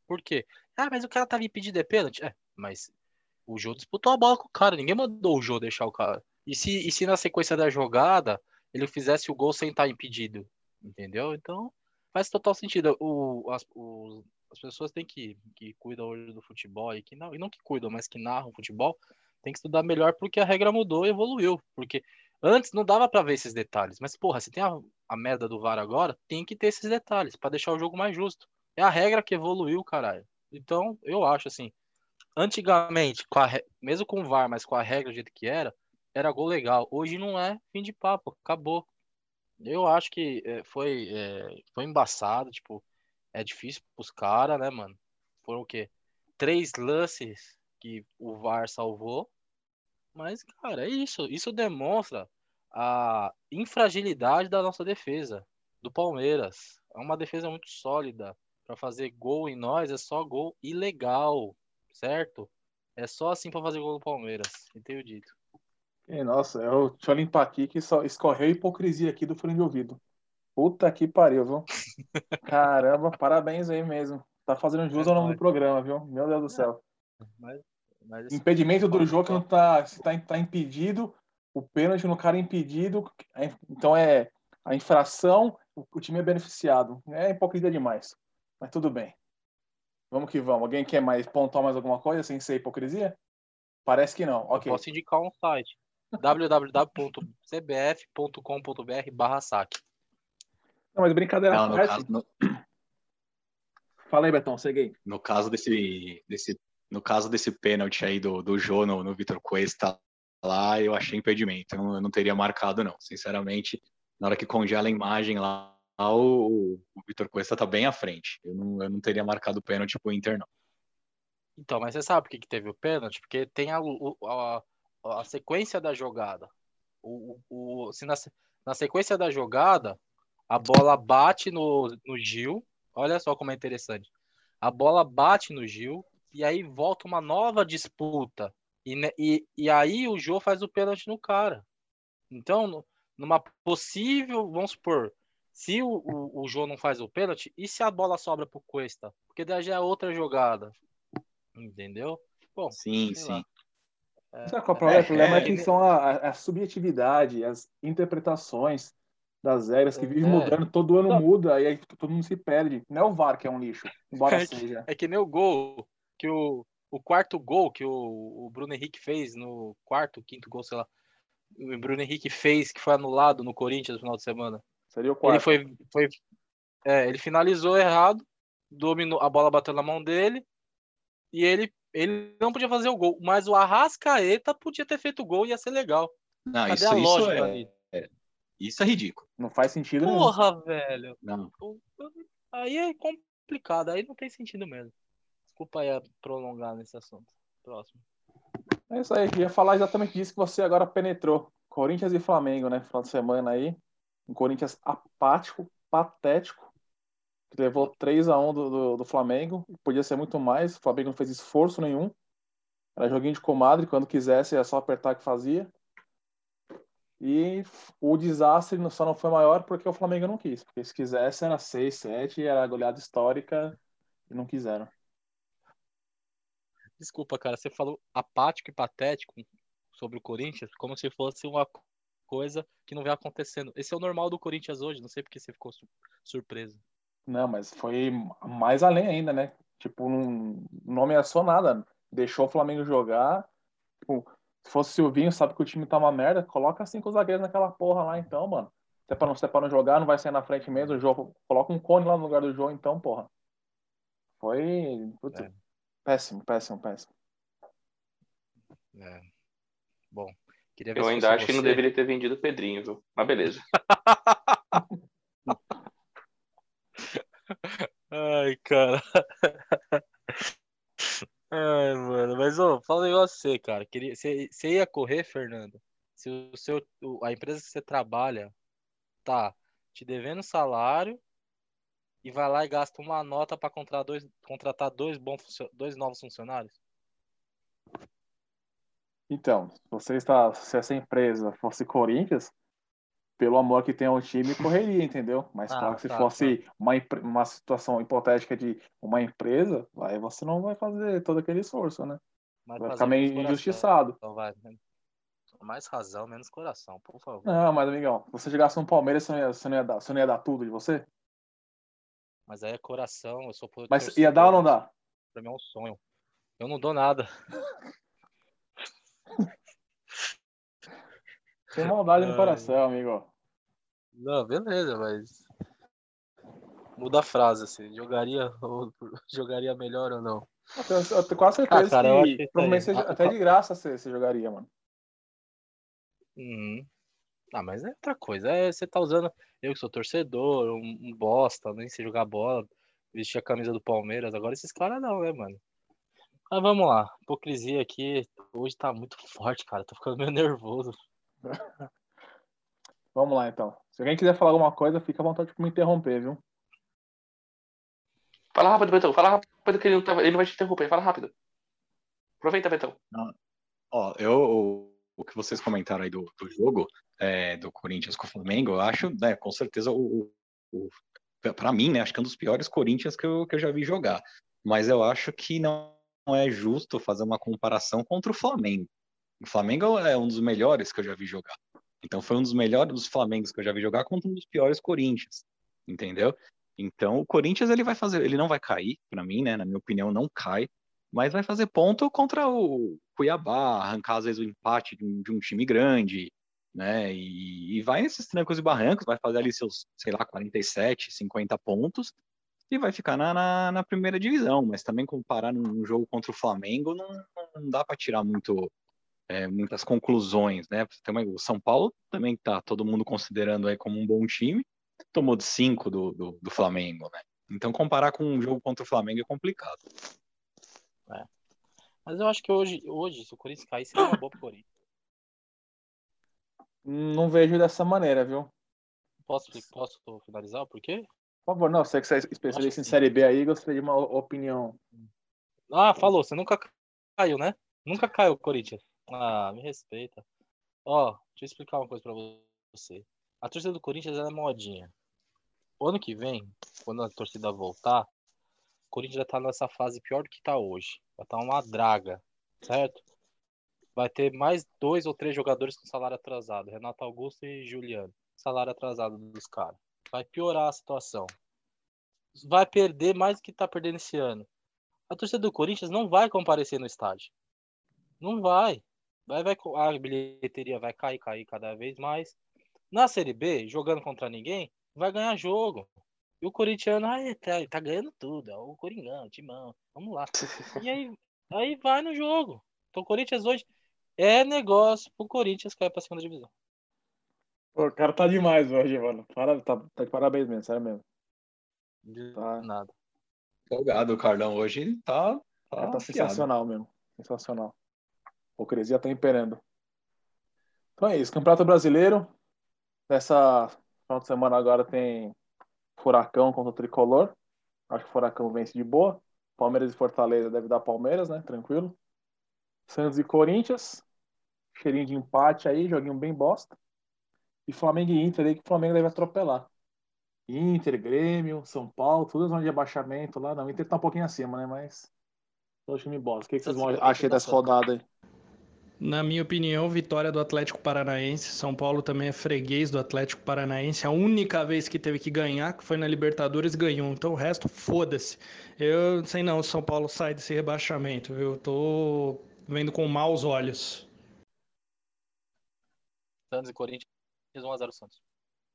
Speaker 2: Por quê? Ah, mas o cara tava impedido de pênalti. É, mas o Jô disputou a bola com o cara. Ninguém mandou o Jô deixar o cara. E se, e se na sequência da jogada ele fizesse o gol sem estar impedido? Entendeu? Então faz total sentido. O, as, o, as pessoas têm que, que cuidam hoje do futebol e que não, e não que cuidam, mas que narram futebol, tem que estudar melhor porque a regra mudou e evoluiu. Porque antes não dava pra ver esses detalhes. Mas, porra, se tem a, a merda do V A R agora, tem que ter esses detalhes pra deixar o jogo mais justo. É a regra que evoluiu, caralho. Então, eu acho assim, antigamente, com a, re- mesmo com o V A R, mas com a regra do jeito que era, era gol legal. Hoje não é, fim de papo, acabou. Eu acho que é, foi, é, foi embaçado, tipo, é difícil pros caras, né, mano? Foram o quê? Três lances que o V A R salvou, mas, cara, é isso. Isso demonstra a infragilidade da nossa defesa, do Palmeiras. É uma defesa muito sólida. Pra fazer gol em nós é só gol ilegal, certo? É só assim pra fazer gol no Palmeiras. E tenho dito.
Speaker 5: E, nossa, eu, deixa eu limpar aqui que só escorreu a hipocrisia aqui do fone de ouvido. Puta que pariu, viu? Caramba, parabéns aí mesmo. Tá fazendo jus
Speaker 2: É
Speaker 5: ao nome do
Speaker 2: nóis.
Speaker 5: programa, viu? Meu Deus do céu.
Speaker 2: Mas, mas assim,
Speaker 5: Impedimento do
Speaker 2: só,
Speaker 5: jogo que não
Speaker 2: só,
Speaker 5: tá, se tá, tá impedido, o pênalti no cara impedido, é- então é a infração, o, o time é beneficiado. É hipocrisia demais. Mas tudo bem. Vamos que vamos. Alguém quer mais pontuar mais alguma coisa sem ser hipocrisia? Parece que não.
Speaker 2: eu
Speaker 5: Ok.
Speaker 2: posso indicar um site. w w w ponto c b f ponto com ponto b r barra saque.
Speaker 5: Não, mas brincadeira à
Speaker 6: Não, no
Speaker 5: parte.
Speaker 6: caso, no,
Speaker 5: Fala aí, Betão, segue aí.
Speaker 6: no caso desse, desse, no caso desse pênalti aí do, do Jô no, no Vitor Cuesta lá, eu achei impedimento. Eu não, eu não teria marcado, não. Sinceramente, na hora que congela a imagem lá, o, o Vitor Cuesta tá bem à frente. Eu não, eu não teria marcado o pênalti pro Inter, não.
Speaker 2: Então, mas você sabe por que, que teve o pênalti? Porque tem a, o- a, a sequência da jogada. O, o, o- se na, se- na sequência da jogada, a bola bate no, no Gil. Olha só como é interessante. A bola bate no Gil e aí volta uma nova disputa. E, ne- e, e aí o Jô faz o pênalti no cara. Então, no- numa possível, vamos supor, se o, o, o Jô não faz o pênalti, e se a bola sobra pro Cuesta? Porque daí já é outra jogada. Entendeu? Bom,
Speaker 6: Sim,
Speaker 2: sei
Speaker 6: sim.
Speaker 2: lá. É,
Speaker 5: Sabe qual é o
Speaker 2: é,
Speaker 5: problema? O
Speaker 6: É,
Speaker 5: problema é
Speaker 2: é
Speaker 6: é,
Speaker 2: que
Speaker 5: que
Speaker 2: ne-
Speaker 5: são a, a- a subjetividade, as interpretações das regras que vivem
Speaker 2: é,
Speaker 5: mudando, todo ano
Speaker 2: não,
Speaker 5: muda, aí todo mundo se perde. Não é o V A R que é um lixo, embora
Speaker 2: é, que,
Speaker 5: seja.
Speaker 2: é que nem o gol, que o, o quarto gol que o, o Bruno Henrique fez no quarto, quinto gol, sei lá, o Bruno Henrique fez, que foi anulado no Corinthians no final de semana.
Speaker 5: Seria o
Speaker 2: Ele
Speaker 5: quarto.
Speaker 2: foi, foi é, ele finalizou errado, dominou, a bola bateu na mão dele, e ele, ele não podia fazer o gol, mas o Arrascaeta podia ter feito o gol e ia ser legal.
Speaker 6: não,
Speaker 2: Cadê a
Speaker 6: isso, isso
Speaker 2: lógica ali?
Speaker 6: é, isso é ridículo.
Speaker 5: Não faz sentido nenhum.
Speaker 2: Porra, velho.
Speaker 6: Não.
Speaker 2: Aí é complicado, aí não tem sentido mesmo. Desculpa aí a prolongar nesse assunto. Próximo.
Speaker 5: É isso aí, eu ia falar exatamente disso que você agora penetrou. Corinthians e Flamengo, né? Final de semana aí. Um Corinthians apático, patético, que levou três a um do, do, do Flamengo. Podia ser muito mais, o Flamengo não fez esforço nenhum. Era joguinho de comadre, quando quisesse é só apertar que fazia. E o desastre só não foi maior porque o Flamengo não quis. Porque se quisesse era seis, sete, era goleada histórica e não quiseram.
Speaker 2: Desculpa, cara, você falou apático e patético sobre o Corinthians, como se fosse uma coisa que não vem acontecendo. Esse é o normal do Corinthians hoje, não sei porque você ficou su- surpreso.
Speaker 5: Não, mas foi mais além ainda, né? Tipo, não, não ameaçou nada. Deixou o Flamengo jogar. Tipo, se fosse o Silvinho, sabe que o time tá uma merda, coloca cinco zagueiros naquela porra lá então, mano. Se é pra não, se é pra não jogar, não vai sair na frente mesmo. O jogo, coloca um cone lá no lugar do jogo então, porra. Foi putz,
Speaker 2: É,
Speaker 5: péssimo, péssimo, péssimo.
Speaker 2: é. Bom, queria ver
Speaker 3: Eu
Speaker 2: se
Speaker 3: ainda
Speaker 2: fosse
Speaker 3: acho que não
Speaker 2: você.
Speaker 3: deveria ter vendido o Pedrinho, viu? Mas beleza.
Speaker 2: Ai, cara. Ai, mano, mas ô, fala um negócio pra você, cara. Queria, você, você ia correr, Fernando? Se o seu, o- a empresa que você trabalha tá te devendo salário e vai lá e gasta uma nota pra contratar dois, contratar dois, bons, funcio- dois novos funcionários?
Speaker 5: Então, se você está, se essa empresa fosse Corinthians, pelo amor que tem ao time, correria, entendeu? Mas
Speaker 2: Ah,
Speaker 5: claro que se
Speaker 2: tá,
Speaker 5: fosse uma, empre- uma situação hipotética de uma empresa, aí você não vai fazer todo aquele esforço, né?
Speaker 2: Vai
Speaker 5: Vai
Speaker 2: fazer
Speaker 5: ficar
Speaker 2: menos
Speaker 5: meio
Speaker 2: coração.
Speaker 5: injustiçado.
Speaker 2: Então vai. Mais razão, menos coração, por favor.
Speaker 5: Não, mas, amigão, se você chegasse no Palmeiras, você não ia, você não ia dar, você não ia dar tudo de você?
Speaker 2: Mas aí é coração, eu sou pro-
Speaker 5: Mas
Speaker 2: torcedor.
Speaker 5: ia dar ou não
Speaker 2: Isso
Speaker 5: dá?
Speaker 2: pra mim é um sonho. Eu não dou nada.
Speaker 5: Sem maldade no
Speaker 2: Ai.
Speaker 5: coração, amigo.
Speaker 2: Não, beleza, mas. Muda a frase, assim. Jogaria, ou, jogaria melhor ou não?
Speaker 5: Eu tenho, eu tenho quase
Speaker 2: Ah,
Speaker 5: certeza
Speaker 2: cara, eu acho
Speaker 5: que
Speaker 2: que isso
Speaker 5: provavelmente
Speaker 2: aí.
Speaker 5: seja
Speaker 2: Ah, o
Speaker 5: até
Speaker 2: ca-
Speaker 5: de graça você, você jogaria, mano.
Speaker 2: Uhum. Ah, mas é outra coisa. É, você tá usando. Eu que sou torcedor, um, um bosta, nem sei jogar bola, vestir a camisa do Palmeiras. Agora esses caras não, né, mano? Mas vamos lá. Hipocrisia aqui hoje tá muito forte, cara. Tô ficando meio nervoso.
Speaker 5: Vamos lá, então. Se alguém quiser falar alguma coisa, fica à vontade de me interromper, viu?
Speaker 3: Fala rápido, Betão. Fala rápido que ele não, tá, ele não vai te interromper. Fala rápido. Aproveita, Betão.
Speaker 6: Ó, eu, o, o que vocês comentaram aí do, do jogo, é, do Corinthians com o Flamengo, eu acho, né, com certeza, o, o, para mim, né, acho que é um dos piores Corinthians que eu, que eu já vi jogar. Mas eu acho que não é justo fazer uma comparação contra o Flamengo. O Flamengo é um dos melhores que eu já vi jogar. Então foi um dos melhores dos Flamengos que eu já vi jogar contra um dos piores Corinthians, entendeu? Então o Corinthians ele vai fazer, ele não vai cair, para mim, né? Na minha opinião, não cai, mas vai fazer ponto contra o Cuiabá, arrancar às vezes o empate de um, de um time grande, né? E, e vai nesses trancos e barrancos, vai fazer ali seus, sei lá, quarenta e sete, cinquenta pontos e vai ficar na, na, na primeira divisão. Mas também comparar num, num jogo contra o Flamengo, não, não dá para tirar muito é, muitas conclusões, né? Também, o São Paulo também tá todo mundo considerando aí como um bom time, tomou de cinco do, do, do Flamengo, né? Então comparar com um jogo contra o Flamengo é complicado.
Speaker 2: É. Mas eu acho que hoje, hoje, se o Corinthians cair, seria uma boa pro Corinthians.
Speaker 5: Não vejo dessa maneira, viu?
Speaker 2: Posso, posso finalizar? Por quê?
Speaker 5: Por favor, não, você que é
Speaker 2: Eu acho
Speaker 5: especialista em
Speaker 2: assim.
Speaker 5: Série B aí, gostaria de uma opinião.
Speaker 2: Ah, falou, você nunca caiu, né? Nunca caiu o Corinthians. Ah, me respeita. Ó, deixa eu explicar uma coisa pra você. A torcida do Corinthians ela é modinha. O ano que vem, quando a torcida voltar, o Corinthians já tá nessa fase pior do que tá hoje. Vai tá uma draga, certo? Vai ter mais dois ou três jogadores com salário atrasado. Renato Augusto e Juliano. Salário atrasado dos caras. Vai piorar a situação. Vai perder mais do que tá perdendo esse ano. A torcida do Corinthians não vai comparecer no estádio. Não vai. Vai, vai. A bilheteria vai cair, cair cada vez mais. Na Série B, jogando contra ninguém, vai ganhar jogo. E o corintiano, ai, tá, tá ganhando tudo. Ó, o Coringão, o Timão, vamos lá. E aí, aí vai no jogo. Então o Corinthians hoje é negócio pro Corinthians cair pra segunda divisão.
Speaker 5: Pô, o cara tá demais hoje, mano. Para, tá, tá de parabéns mesmo, sério mesmo.
Speaker 2: De
Speaker 5: Tá,
Speaker 2: nada.
Speaker 6: Folgado, o Carlão hoje tá,
Speaker 5: cara
Speaker 6: tá
Speaker 5: tá
Speaker 6: afiado.
Speaker 5: sensacional mesmo. Sensacional. A hipocrisia tá imperando. Então é isso, Campeonato Brasileiro. Nessa final de semana agora tem Furacão contra o Tricolor. Acho que o Furacão vence de boa. Palmeiras e Fortaleza deve dar Palmeiras, né? Tranquilo. Santos e Corinthians. Cheirinho de empate aí, joguinho bem bosta. E Flamengo e Inter aí, que o Flamengo deve atropelar. Inter, Grêmio, São Paulo, tudo zona de abaixamento lá. Não, o Inter tá um pouquinho acima, né? Mas todo time bosta. O que, que vocês
Speaker 2: Santos e
Speaker 5: vão
Speaker 2: Corinthians
Speaker 5: achar
Speaker 2: dá
Speaker 5: dessa
Speaker 2: Santos.
Speaker 5: rodada aí?
Speaker 1: Na minha opinião, vitória do Atlético Paranaense. São Paulo também é freguês do Atlético Paranaense. A única vez que teve que ganhar, que foi na Libertadores, ganhou. Então o resto, foda-se. Eu não sei não, o São Paulo sai desse rebaixamento, viu? Eu tô vendo com maus olhos.
Speaker 2: Santos e Corinthians, um a zero Santos.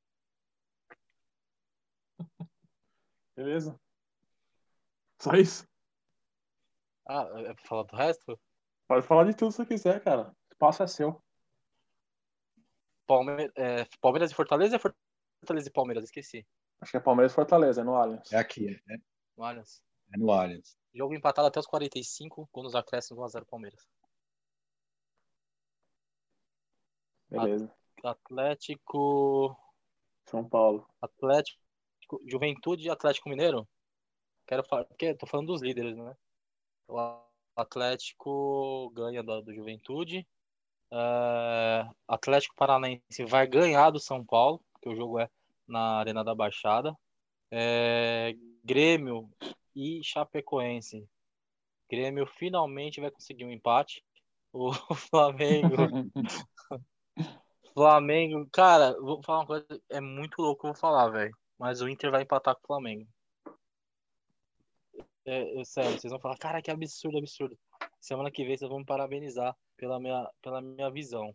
Speaker 5: Beleza? Só isso?
Speaker 2: Ah, é pra falar do resto?
Speaker 5: Pode falar de tudo se você quiser, cara. O espaço é seu.
Speaker 2: Palme... É, Palmeiras e Fortaleza é Fortaleza e Palmeiras? Esqueci.
Speaker 5: Acho que é Palmeiras e Fortaleza, é no Allianz.
Speaker 6: É aqui, é,
Speaker 2: No Allianz.
Speaker 6: é no Allianz.
Speaker 2: Jogo empatado até os quarenta e cinco, gol nos acréscimos, um a zero Palmeiras.
Speaker 5: Beleza.
Speaker 2: Atlético.
Speaker 5: São Paulo.
Speaker 2: Atlético. Juventude e Atlético Mineiro? Quero falar. Porque tô falando dos líderes, né? O Atlético ganha do, do Juventude. É, Atlético Paranaense vai ganhar do São Paulo, porque o jogo é na Arena da Baixada. É, Grêmio e Chapecoense. Grêmio finalmente vai conseguir um empate. O Flamengo. Flamengo, cara, vou falar uma coisa, é muito louco que eu vou falar, velho. Mas o Inter vai empatar com o Flamengo. É, é sério, vocês vão falar, cara, que absurdo, absurdo. Semana que vem vocês vão me parabenizar pela minha, pela minha visão.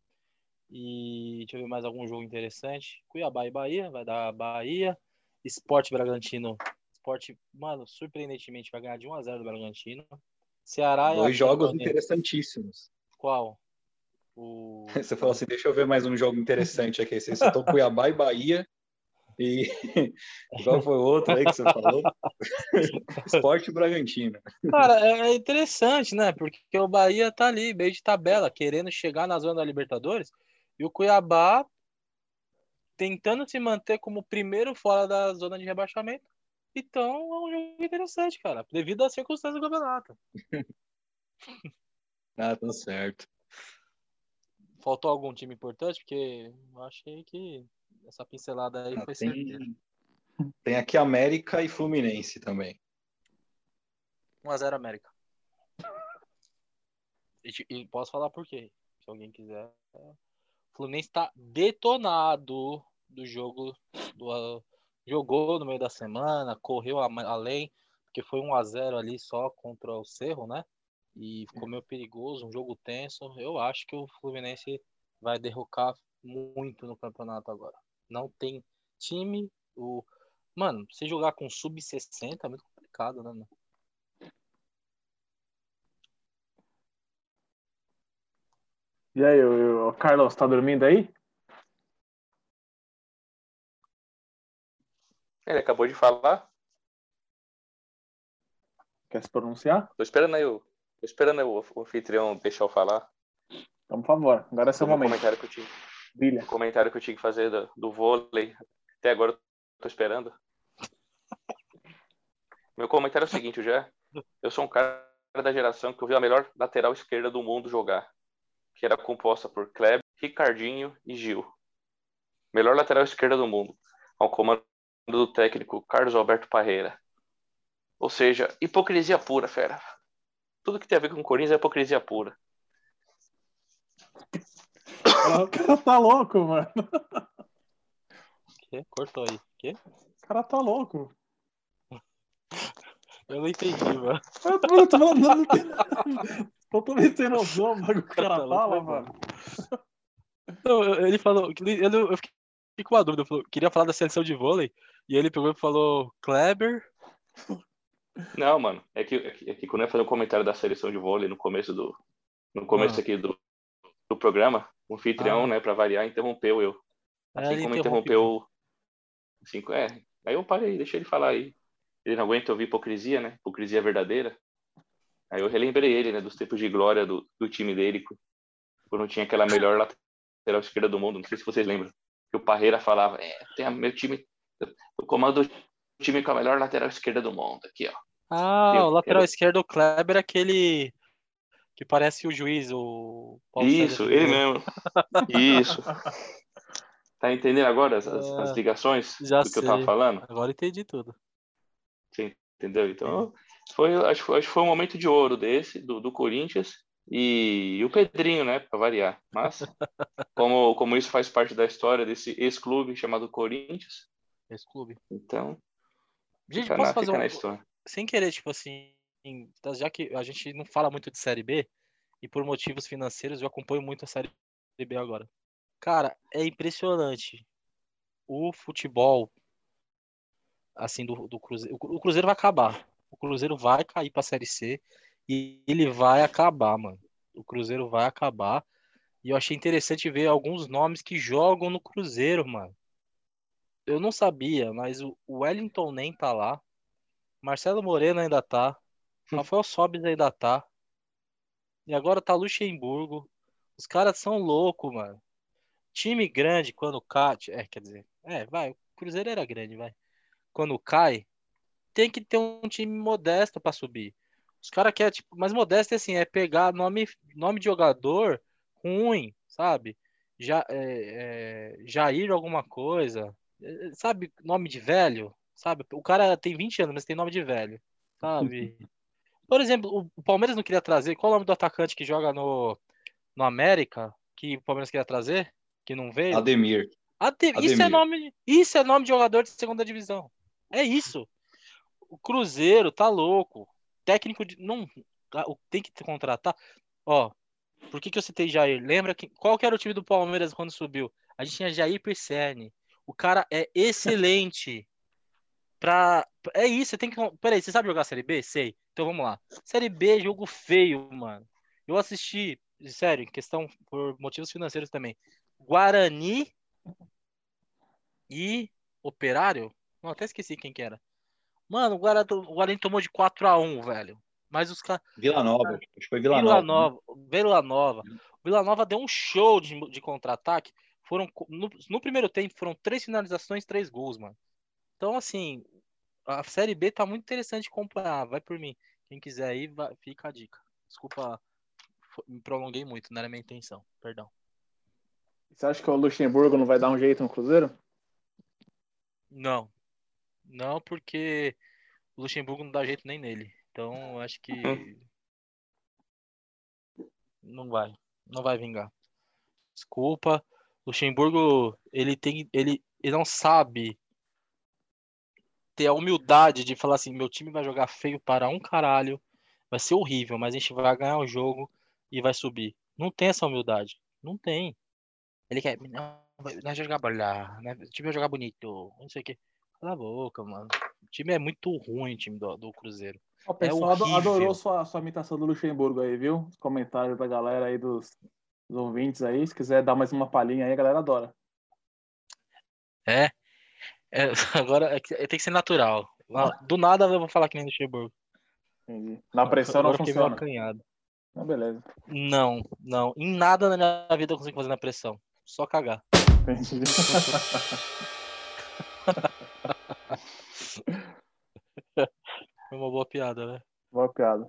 Speaker 2: E deixa eu ver mais algum jogo interessante. Cuiabá e Bahia, vai dar Bahia. Sport Bragantino. Sport, mano, surpreendentemente vai ganhar de um a zero do Bragantino. Ceará e
Speaker 6: Dois jogos
Speaker 2: Atlético.
Speaker 6: interessantíssimos.
Speaker 2: Qual? O...
Speaker 6: Você falou assim, deixa eu ver mais um jogo interessante aqui. Você citou Cuiabá e Bahia. E qual foi o outro aí que você falou? Sport e Bragantino.
Speaker 2: Cara, é é interessante, né? Porque o Bahia tá ali, meio de tabela, querendo chegar na zona da Libertadores. E o Cuiabá tentando se manter como primeiro fora da zona de rebaixamento. Então é um jogo interessante, cara, devido às circunstâncias do campeonato.
Speaker 6: Ah, tá certo.
Speaker 2: Faltou algum time importante? Porque eu achei que essa pincelada aí
Speaker 6: Ah,
Speaker 2: foi certeira.
Speaker 6: tem, tem aqui América e Fluminense também.
Speaker 2: um a zero América. E, e posso falar por quê, se alguém quiser. O Fluminense tá detonado do jogo. Do, jogou no meio da semana, correu a- além, porque foi um a zero ali só contra o Cerro, né? E ficou meio perigoso, um jogo tenso. Eu acho que o Fluminense vai derrocar muito no campeonato agora. Não tem time. O... Mano, você jogar com sub sessenta é muito complicado, né, mano?
Speaker 5: E aí, o, o Carlos, tá dormindo aí?
Speaker 3: Ele acabou de falar.
Speaker 5: Quer se pronunciar?
Speaker 3: Tô esperando aí o, tô esperando aí o, o anfitrião deixar eu falar.
Speaker 5: Então, por favor, agora é seu
Speaker 3: O meu
Speaker 5: momento.
Speaker 3: comentário que eu tinha,
Speaker 5: Brilha.
Speaker 3: o comentário que eu tinha que fazer do, do vôlei. Até agora eu tô esperando. Meu comentário é o seguinte, já. Eu sou um cara da geração que eu vi a melhor lateral esquerda do mundo jogar, que era composta por Kleber, Ricardinho e Gil. Melhor lateral esquerda do mundo, ao comando do técnico Carlos Alberto Parreira. Ou seja, hipocrisia pura, fera. Tudo que tem a ver com o Corinthians é hipocrisia pura.
Speaker 5: O cara tá louco, mano.
Speaker 2: Que? Cortou aí. Que?
Speaker 5: O cara tá louco.
Speaker 2: Eu não entendi, mano.
Speaker 5: Eu tô, eu tô falando, não tem... totalmente sem noção, o que o cara
Speaker 2: Tá louco,
Speaker 5: fala,
Speaker 2: vai
Speaker 5: mano.
Speaker 2: Não, eu- ele falou. Ele, eu fiquei com uma dúvida. Eu falou, queria falar da seleção de vôlei. E ele pegou e falou Kleber.
Speaker 3: Não, mano, é que, é que, é que quando eu ia fazer um comentário da seleção de vôlei no começo do no começo
Speaker 2: Ah.
Speaker 3: aqui do, do programa, o anfitrião,
Speaker 2: Ah.
Speaker 3: né, pra variar, interrompeu eu.
Speaker 2: Aí
Speaker 3: Assim
Speaker 2: ele
Speaker 3: como
Speaker 2: interrompeu.
Speaker 3: interrompeu. Assim, é, aí eu parei, deixei ele falar aí. Ele não aguenta ouvir hipocrisia, né? Hipocrisia verdadeira. Aí eu relembrei ele, né, dos tempos de glória do, do time dele, quando tinha aquela melhor lateral esquerda do mundo. Não sei se vocês lembram. Que o Parreira falava, é, tem a, meu time, eu comando o time com a melhor lateral esquerda do mundo, aqui, ó.
Speaker 2: Ah,
Speaker 3: Eu
Speaker 2: o lateral
Speaker 3: quero-
Speaker 2: esquerdo do Kleber é aquele que parece o juiz, o Paulo César
Speaker 3: Isso, ele
Speaker 2: Oliveira.
Speaker 3: mesmo. Isso. Tá entendendo agora as, as- as
Speaker 2: Ah,
Speaker 3: ligações
Speaker 2: Já
Speaker 3: do que eu tava
Speaker 2: sei.
Speaker 3: falando?
Speaker 2: Agora entendi tudo.
Speaker 3: Você entendeu? Então, foi, acho, que foi- acho que foi um momento de ouro desse, do, do Corinthians, e, e o Pedrinho, né, para variar. Mas, como, como isso faz parte da história desse ex-clube chamado Corinthians,
Speaker 2: Esse clube.
Speaker 3: então,
Speaker 2: Gente,
Speaker 3: fica
Speaker 2: posso
Speaker 3: na,
Speaker 2: fazer
Speaker 3: fica
Speaker 2: um.
Speaker 3: na história.
Speaker 2: Sem querer, tipo assim. Já que a gente não fala muito de Série B, e por motivos financeiros eu acompanho muito a Série B agora. Cara, é impressionante. O futebol, assim, do, do Cruzeiro. O Cruzeiro vai acabar. O Cruzeiro vai cair pra Série C e ele vai acabar, mano. O Cruzeiro vai acabar. E eu achei interessante ver alguns nomes que jogam no Cruzeiro, mano. Eu não sabia, mas o o Wellington nem tá lá. Marcelo Moreno ainda tá. Rafael Sobis ainda tá. E agora tá Luxemburgo. Os caras são loucos, mano. Time grande, quando cai. É, quer dizer. É, vai. O Cruzeiro era grande, vai. Quando cai, tem que ter um time modesto pra subir. Os caras querem, tipo. Mas modesto é assim, é pegar nome, nome de jogador ruim, sabe? Já, é, é, Jair alguma coisa, é, sabe? Nome de velho, sabe? O cara tem vinte anos, mas tem nome de velho, sabe? Por exemplo, o Palmeiras não queria trazer. Qual é o nome do atacante que joga no, no América? Que o Palmeiras queria trazer? Que não veio?
Speaker 6: Ademir.
Speaker 2: Ade- Isso é
Speaker 6: Ademir.
Speaker 2: nome, isso é nome de jogador de segunda divisão. É isso. O Cruzeiro tá louco. Técnico de. Não. Tem que contratar. Ó, por que, que eu citei Jair? Lembra que, qual que era o time do Palmeiras quando subiu? A gente tinha Jair Pisserni. O cara é excelente. Pra... É isso, você tem que. Peraí, você sabe jogar Série B? Sei. Então vamos lá. Série B é jogo feio, mano. Eu assisti, sério, em questão por motivos financeiros também. Guarani e Operário? Não, até esqueci quem que era. Mano, o Guarani, o Guarani tomou de quatro a um, velho. Mas os caras.
Speaker 6: Vila Nova. Acho que foi Vila
Speaker 2: Vila
Speaker 6: Nova. Né?
Speaker 2: Nova. Vila Nova. Vila Nova deu um show de, de contra-ataque. Foram, no, no primeiro tempo, foram três finalizações, três gols, mano. Então, assim, a Série B tá muito interessante de acompanhar. Vai por mim. Quem quiser ir, vai, fica a dica. Desculpa, fo- me prolonguei muito, não era minha intenção. Perdão.
Speaker 5: Você acha que o Luxemburgo não vai dar um jeito no Cruzeiro?
Speaker 2: Não. Não, porque o Luxemburgo não dá jeito nem nele. Então, eu acho que não vai. Não vai vingar. Desculpa. Luxemburgo, ele tem. Ele, ele não sabe ter a humildade de falar assim: meu time vai jogar feio para um caralho. Vai ser horrível, mas a gente vai ganhar o jogo e vai subir. Não tem essa humildade. Não tem. Ele quer. Não, vai- nós vamos jogar bola. Né? O time vai jogar bonito. Não sei o quê. Cala a boca, mano. O time é muito ruim, o time do, do Cruzeiro.
Speaker 5: O
Speaker 2: É
Speaker 5: pessoal ado- adorou
Speaker 2: horrível.
Speaker 5: sua, sua imitação do Luxemburgo aí, viu? Os comentários da galera aí, dos, dos ouvintes aí. Se quiser dar mais uma palhinha aí, a galera adora.
Speaker 2: É. é agora é que- é, tem que ser natural. Lá- Do nada eu vou falar que nem Luxemburgo.
Speaker 5: Entendi. Na pressão não
Speaker 2: Agora eu fiquei meio
Speaker 5: funciona.
Speaker 2: acanhado.
Speaker 5: Então, beleza.
Speaker 2: Não, não. Em nada na minha vida eu consigo fazer na pressão. Só cagar.
Speaker 5: Entendi.
Speaker 2: Foi uma boa piada, né?
Speaker 5: Boa piada.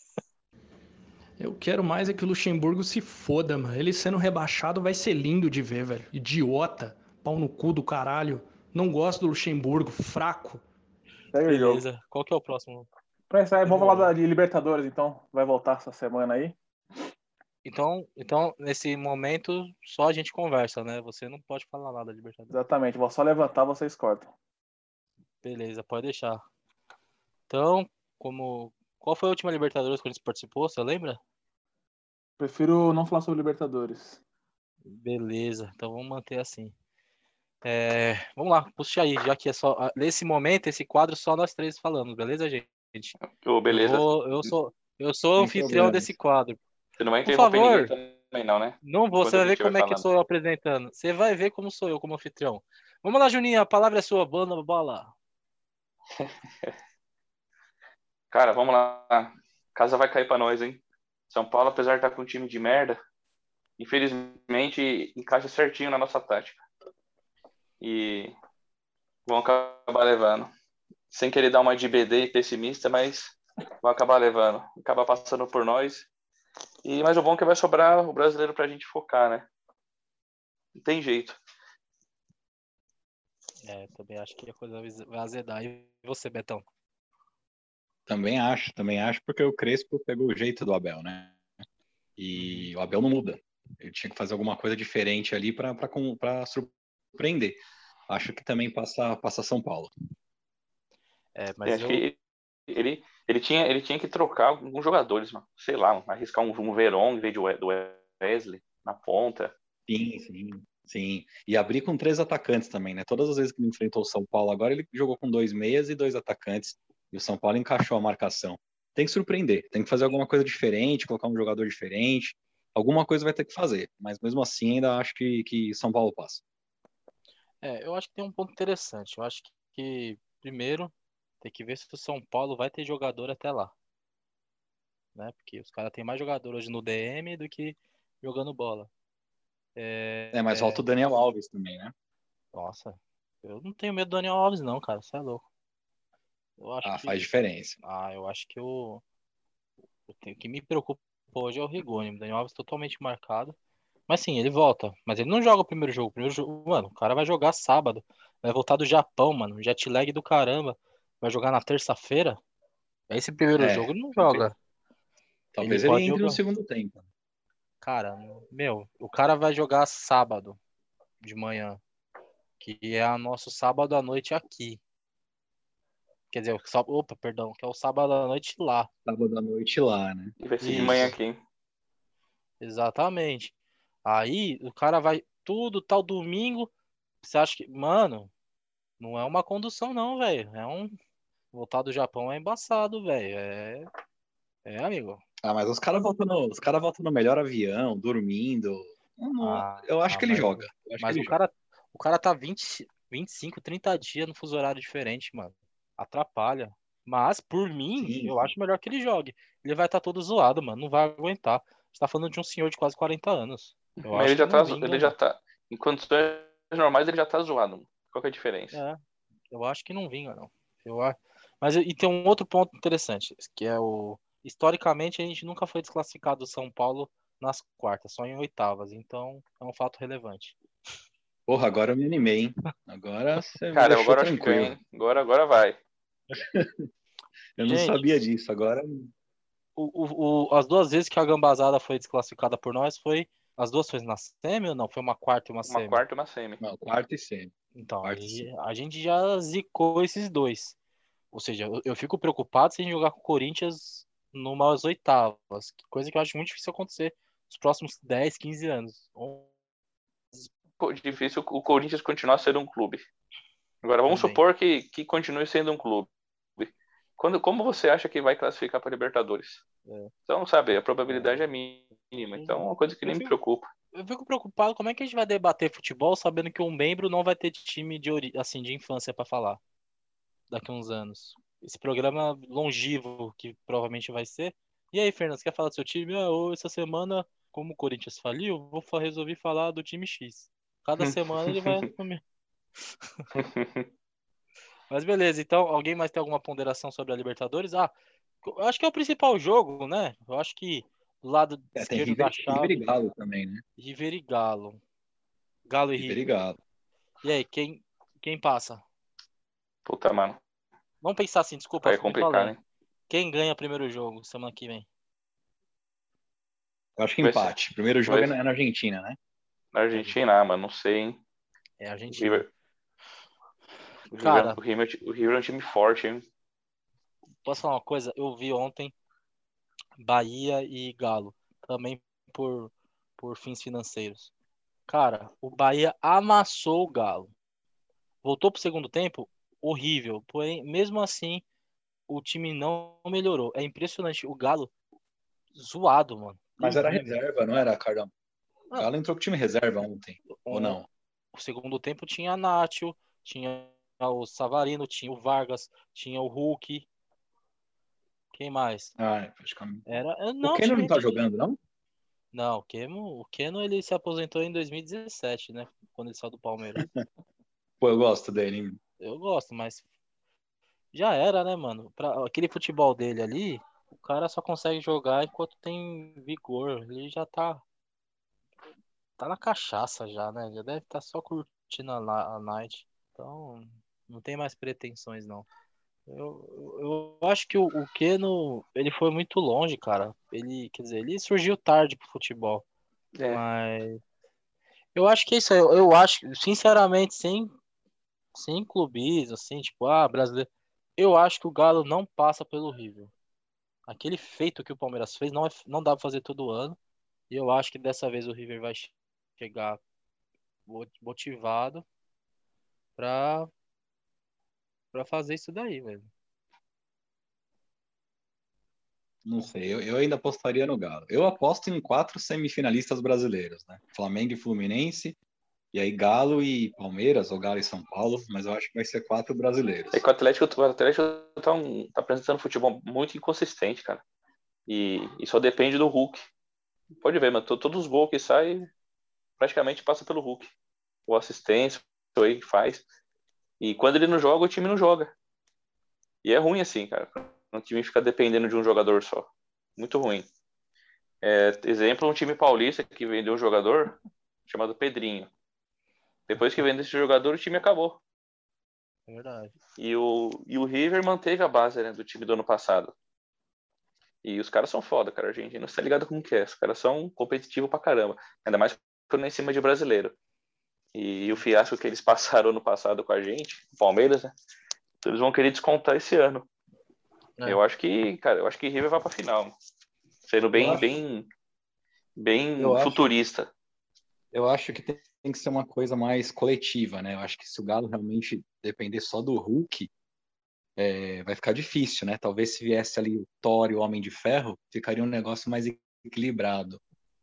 Speaker 1: Eu quero mais é que o Luxemburgo se foda, mano. Ele sendo rebaixado vai ser lindo de ver, velho. Idiota. Pau no cu do caralho. Não gosto do Luxemburgo. Fraco.
Speaker 5: Segue o jogo.
Speaker 2: Beleza. Qual que é o próximo?
Speaker 5: Pra encerrar, vamos falar
Speaker 2: Demorou.
Speaker 5: da- de Libertadores, então. Vai voltar essa semana aí.
Speaker 2: Então, então, nesse momento, só a gente conversa, né? Você não pode falar nada de Libertadores.
Speaker 5: Exatamente. Vou só levantar, vocês cortam.
Speaker 2: Beleza, pode deixar. Então, como. Qual foi a última Libertadores que a gente participou? Você lembra?
Speaker 5: Prefiro não falar sobre Libertadores.
Speaker 2: Beleza, então vamos manter assim. É, vamos lá, puxa aí, já que é só. ah, Nesse momento, esse quadro, só nós três falamos, beleza, gente?
Speaker 3: Ô,
Speaker 2: Eu
Speaker 3: beleza.
Speaker 2: vou, eu sou, eu sou o
Speaker 5: Sem
Speaker 2: anfitrião
Speaker 5: problemas.
Speaker 2: desse quadro.
Speaker 3: Você não vai
Speaker 2: Por
Speaker 3: interromper ninguém
Speaker 2: favor,
Speaker 3: também, não, né?
Speaker 2: não vou, você
Speaker 3: Enquanto a
Speaker 2: vai ver
Speaker 3: gente vai
Speaker 2: como é que eu
Speaker 3: falando.
Speaker 2: sou apresentando. Você vai ver como sou eu como anfitrião. Vamos lá, Juninho, a palavra é sua, banda bola.
Speaker 3: Cara, vamos lá. Casa vai cair pra nós, hein? São Paulo, apesar de estar com um time de merda, infelizmente encaixa certinho na nossa tática. E vão acabar levando. Sem querer dar uma de B D pessimista, mas vão acabar levando. Acabar passando por nós. E, mas o bom é que vai sobrar o brasileiro pra gente focar, né? Não tem jeito.
Speaker 2: É, também acho que a coisa vai azedar. E você, Betão?
Speaker 6: Também acho, também acho, porque o Crespo pegou o jeito do Abel, né? E o Abel não muda. Ele tinha que fazer alguma coisa diferente ali para surpreender. Acho que também passa, passa São Paulo.
Speaker 2: É,
Speaker 3: Eu
Speaker 2: mas
Speaker 3: acho
Speaker 2: eu.
Speaker 3: que ele, ele, tinha, ele tinha que trocar alguns jogadores, mano. Sei lá, mano, arriscar um, um Verón em vez de, We- do Wesley na ponta.
Speaker 6: Sim, sim, sim. E abrir com três atacantes também, né? Todas as vezes que ele enfrentou o São Paulo agora, ele jogou com dois meias e dois atacantes. E o São Paulo encaixou a marcação. Tem que surpreender, tem que fazer alguma coisa diferente, colocar um jogador diferente. Alguma coisa vai ter que fazer. Mas mesmo assim, ainda acho que, que São Paulo passa.
Speaker 2: É, eu acho que tem um ponto interessante. Eu acho que, que, primeiro, tem que ver se o São Paulo vai ter jogador até lá. Né? Porque os caras têm mais jogador hoje no D M do que jogando bola. É,
Speaker 6: É, mas falta
Speaker 2: é,
Speaker 6: o Daniel Alves também, né?
Speaker 2: Nossa, eu não tenho medo do Daniel Alves, não, cara. Você é louco. Eu acho
Speaker 6: Ah, faz
Speaker 2: que.
Speaker 6: diferença.
Speaker 2: Ah, eu acho que o, o que me preocupa hoje é o Rigoni. O Daniel Alves totalmente marcado. Mas sim, ele volta. Mas ele não joga o primeiro jogo. O primeiro jogo, mano, o cara vai jogar sábado. Vai voltar do Japão, mano. Jet lag do caramba. Vai jogar na terça-feira. Esse primeiro
Speaker 6: É,
Speaker 2: jogo ele não
Speaker 6: talvez,
Speaker 2: joga. Ele
Speaker 6: talvez ele
Speaker 2: pode
Speaker 6: entre no
Speaker 2: jogar.
Speaker 6: segundo tempo.
Speaker 2: Cara, meu, o cara vai jogar sábado de manhã. Que é o nosso sábado à noite aqui. Quer dizer, o sá- opa, perdão, que é o sábado à noite lá.
Speaker 6: Sábado à noite lá, né?
Speaker 3: E vai ser de manhã
Speaker 2: Isso,
Speaker 3: aqui.
Speaker 2: exatamente. Aí o cara vai tudo tal domingo. Você acha que, mano, não é uma condução não, velho. É um voltar do Japão é embaçado, velho. É, é, amigo.
Speaker 6: Ah, mas os caras voltam no, os cara voltam no melhor avião, dormindo. Não, não-
Speaker 2: Ah,
Speaker 6: eu acho
Speaker 2: ah,
Speaker 6: que ele
Speaker 2: mas,
Speaker 6: joga. Eu acho que
Speaker 2: mas
Speaker 6: ele
Speaker 2: o
Speaker 6: joga.
Speaker 2: cara, o cara tá vinte, vinte e cinco, trinta dias no fuso horário diferente, mano. Atrapalha. Mas, por mim,
Speaker 6: Sim,
Speaker 2: eu
Speaker 6: sim.
Speaker 2: acho melhor que ele jogue. Ele vai estar todo zoado, mano. Não vai aguentar. Você tá falando de um senhor de quase quarenta anos. Eu
Speaker 3: Mas ele
Speaker 2: acho que
Speaker 3: já
Speaker 2: não
Speaker 3: tá, zo- ele
Speaker 2: vinga,
Speaker 3: já
Speaker 2: não.
Speaker 3: tá. Em condições normais ele já tá zoado, mano. Qual que é a diferença?
Speaker 2: É, eu acho que não vinga, não. Eu acho. Mas e tem um outro ponto interessante, que é o. Historicamente, a gente nunca foi desclassificado do São Paulo nas quartas, só em oitavas. Então, é um fato relevante.
Speaker 6: Porra, agora eu me animei, hein? Agora você me
Speaker 3: Cara, eu
Speaker 6: deixou
Speaker 3: agora acho que ganha,
Speaker 6: tranquilo.
Speaker 3: hein? Agora, agora vai.
Speaker 6: Eu não
Speaker 2: Gente,
Speaker 6: sabia disso. Agora,
Speaker 2: o, o, o- as duas vezes que a Gambazada foi desclassificada por nós foi. As duas foi na semi ou não? Foi uma quarta e uma
Speaker 3: Uma
Speaker 2: semi.
Speaker 3: quarta e uma semi.
Speaker 6: não, quarto e semi.
Speaker 2: Então,
Speaker 6: Quarto e semi.
Speaker 2: aí a gente já zicou esses dois. Ou seja, eu, eu fico preocupado se a gente jogar com o Corinthians numas oitavas. Coisa que eu acho muito difícil acontecer nos próximos dez, quinze anos. Ou
Speaker 3: Pô, difícil o Corinthians continuar sendo um clube. Agora, vamos
Speaker 2: também.
Speaker 3: supor que, que continue sendo um clube. Quando, como você acha que vai classificar para Libertadores?
Speaker 2: É.
Speaker 3: Então, sabe, a probabilidade é mínima. Então, é uma coisa que
Speaker 2: Eu
Speaker 3: nem me
Speaker 2: fico,
Speaker 3: preocupa.
Speaker 2: eu fico preocupado como é que a gente vai debater futebol sabendo que um membro não vai ter time de, ori- assim, de infância para falar daqui a uns anos. Esse programa longevo que provavelmente vai ser. E aí, Fernando, você quer falar do seu time? Ah, ô, essa semana, como o Corinthians faliu, vou fa- resolver falar do time X. Cada semana ele vai assumir. Mas beleza, então, alguém mais tem alguma ponderação sobre a Libertadores? Ah, eu acho que é o principal jogo, né? Eu acho que do lado
Speaker 6: É, tem
Speaker 2: esquerdo da
Speaker 6: River, River e
Speaker 2: chave,
Speaker 6: Galo também, né?
Speaker 2: River e Galo. Galo e
Speaker 6: River e
Speaker 2: River.
Speaker 6: Galo.
Speaker 2: E aí, quem, quem passa?
Speaker 3: Puta, mano.
Speaker 2: Vamos pensar assim, desculpa,
Speaker 3: Aí é
Speaker 2: muito
Speaker 3: complicado,
Speaker 2: além.
Speaker 3: hein?
Speaker 2: Quem ganha o primeiro jogo semana que vem?
Speaker 6: Eu acho que
Speaker 3: Vai ser.
Speaker 6: empate. Primeiro jogo
Speaker 3: Vai
Speaker 6: é na,
Speaker 3: ser.
Speaker 6: é na Argentina, né?
Speaker 3: Na Argentina, ah, mano, não sei, hein?
Speaker 2: É a
Speaker 3: O
Speaker 2: Argentina.
Speaker 3: River, o River,
Speaker 2: Cara,
Speaker 3: o River, o River é um time forte, hein?
Speaker 2: posso falar uma coisa? Eu vi ontem Bahia e Galo, também por, por fins financeiros. Cara, o Bahia amassou o Galo. Voltou pro segundo tempo, horrível. Porém, mesmo assim, o time não melhorou. É impressionante. O Galo zoado, mano.
Speaker 6: Mas era
Speaker 2: Terrível.
Speaker 6: reserva, não era, Cardão? O
Speaker 2: Não,
Speaker 6: Galo entrou com time reserva ontem, ou
Speaker 2: o,
Speaker 6: não?
Speaker 2: o segundo tempo tinha a Nacho, tinha o Savarino, tinha o Vargas, tinha o Hulk. Quem mais?
Speaker 6: Ah, é, praticamente.
Speaker 2: Era, é,
Speaker 6: O
Speaker 2: não,
Speaker 6: Keno
Speaker 2: time
Speaker 6: não tá
Speaker 2: repetitivo.
Speaker 6: jogando, não?
Speaker 2: Não, o Keno, o Keno ele se aposentou em dois mil e dezessete, né? Quando ele saiu do Palmeiras.
Speaker 6: Pô, eu gosto dele, hein?
Speaker 2: Eu gosto, mas já era, né, mano? Pra, aquele futebol dele ali, o cara só consegue jogar enquanto tem vigor. Ele já tá, tá na cachaça já, né? Já deve estar só curtindo a, na- a night. Então, não tem mais pretensões, não. Eu, eu, eu acho que o, o Keno, ele foi muito longe, cara. Ele, quer dizer, ele surgiu tarde pro futebol.
Speaker 3: É.
Speaker 2: Mas eu acho que é isso aí. Eu, eu acho, sinceramente, sem, sem clubismo, assim, tipo, ah, brasileiro. Eu acho que o Galo não passa pelo River. Aquele feito que o Palmeiras fez não, é, não dá pra fazer todo ano. E eu acho que dessa vez o River vai che- chegar mo- motivado pra, pra fazer isso daí, velho.
Speaker 6: Não sei, eu, eu ainda apostaria no Galo. Eu aposto em quatro semifinalistas brasileiros, né? Flamengo e Fluminense, e aí Galo e Palmeiras, ou Galo e São Paulo, mas eu acho que vai ser quatro brasileiros.
Speaker 3: É que o Atlético, o Atlético tá, um, tá apresentando futebol muito inconsistente, cara. E, e só depende do Hulk. Pode ver, mano. to- Todos os gols que saem praticamente passa pelo Hulk. O assistência, o aí que faz. E quando ele não joga, o time não joga. E é ruim assim, cara. O time fica dependendo de um jogador só. Muito ruim. É, exemplo, um time paulista que vendeu um jogador chamado Pedrinho. Depois que vendeu esse jogador, o time acabou.
Speaker 2: É verdade.
Speaker 3: E o, e o River manteve a base, né, do time do ano passado. E os caras são foda, cara. A gente não está ligado com o que é. Os caras são competitivos pra caramba. Ainda mais quando é em cima de brasileiro. E o fiasco que eles passaram ano passado com a gente, o Palmeiras, né? Então eles vão querer descontar esse ano.
Speaker 2: É.
Speaker 3: Eu acho que, cara, eu acho que River vai pra final. Sendo bem,
Speaker 6: Eu acho-
Speaker 3: bem, bem
Speaker 6: eu acho-
Speaker 3: futurista.
Speaker 6: Eu acho que tem, tem que ser uma coisa mais coletiva, né? Eu acho que se o Galo realmente depender só do Hulk, é, vai ficar difícil, né? Talvez se viesse ali o Thor e o Homem de Ferro, ficaria um negócio mais equilibrado.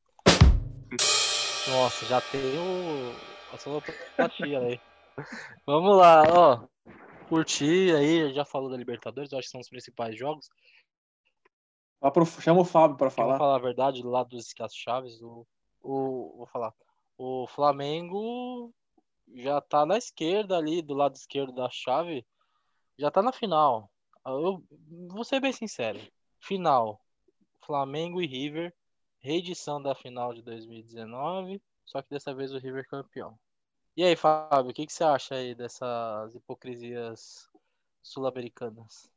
Speaker 2: Nossa, já tem o... a sonoplatia aí. Vamos lá, ó. Curtir aí, já falou da Libertadores, eu acho que são os principais jogos.
Speaker 5: Lá pro- Chama o Fábio pra
Speaker 2: Porque, vamos
Speaker 5: falar.
Speaker 2: falar a verdade, do lado dos Chaves, o, o, vou falar, o Flamengo já tá na esquerda ali, do lado esquerdo da chave, já tá na final. Eu vou ser bem sincero, final, Flamengo e River, reedição da final de dois mil e dezenove, só que dessa vez o River campeão. E aí, Fábio, o que, que você acha aí dessas hipocrisias sul-americanas?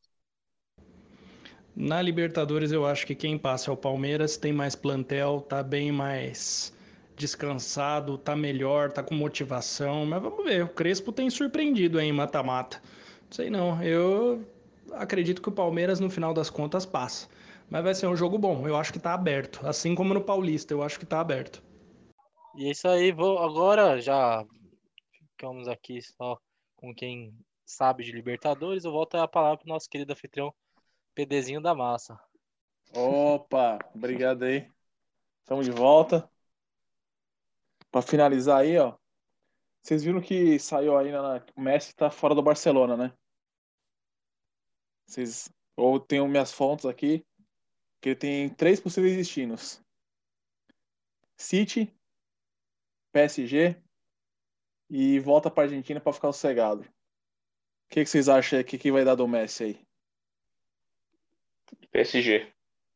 Speaker 1: Na Libertadores eu acho que quem passa é o Palmeiras, tem mais plantel, tá bem mais descansado, tá melhor, tá com motivação, mas vamos ver, o Crespo tem surpreendido aí em mata-mata. Não sei não, eu acredito que o Palmeiras no final das contas passa, mas vai ser um jogo bom, eu acho que tá aberto, assim como no Paulista, eu acho que tá aberto.
Speaker 2: E é isso aí, vou agora já ficamos aqui só com quem sabe de Libertadores. Eu volto a palavra pro nosso querido anfitrião PDzinho da Massa.
Speaker 5: Opa, obrigado aí. Estamos de volta. Pra finalizar aí, ó. Vocês viram que saiu aí na. O Messi tá fora do Barcelona, né? Vocês. Ou tenho minhas fontes aqui, que ele tem três possíveis destinos: City, P S G e volta pra Argentina pra ficar sossegado. O que, que vocês acham que, que vai dar do Messi aí?
Speaker 3: P S G.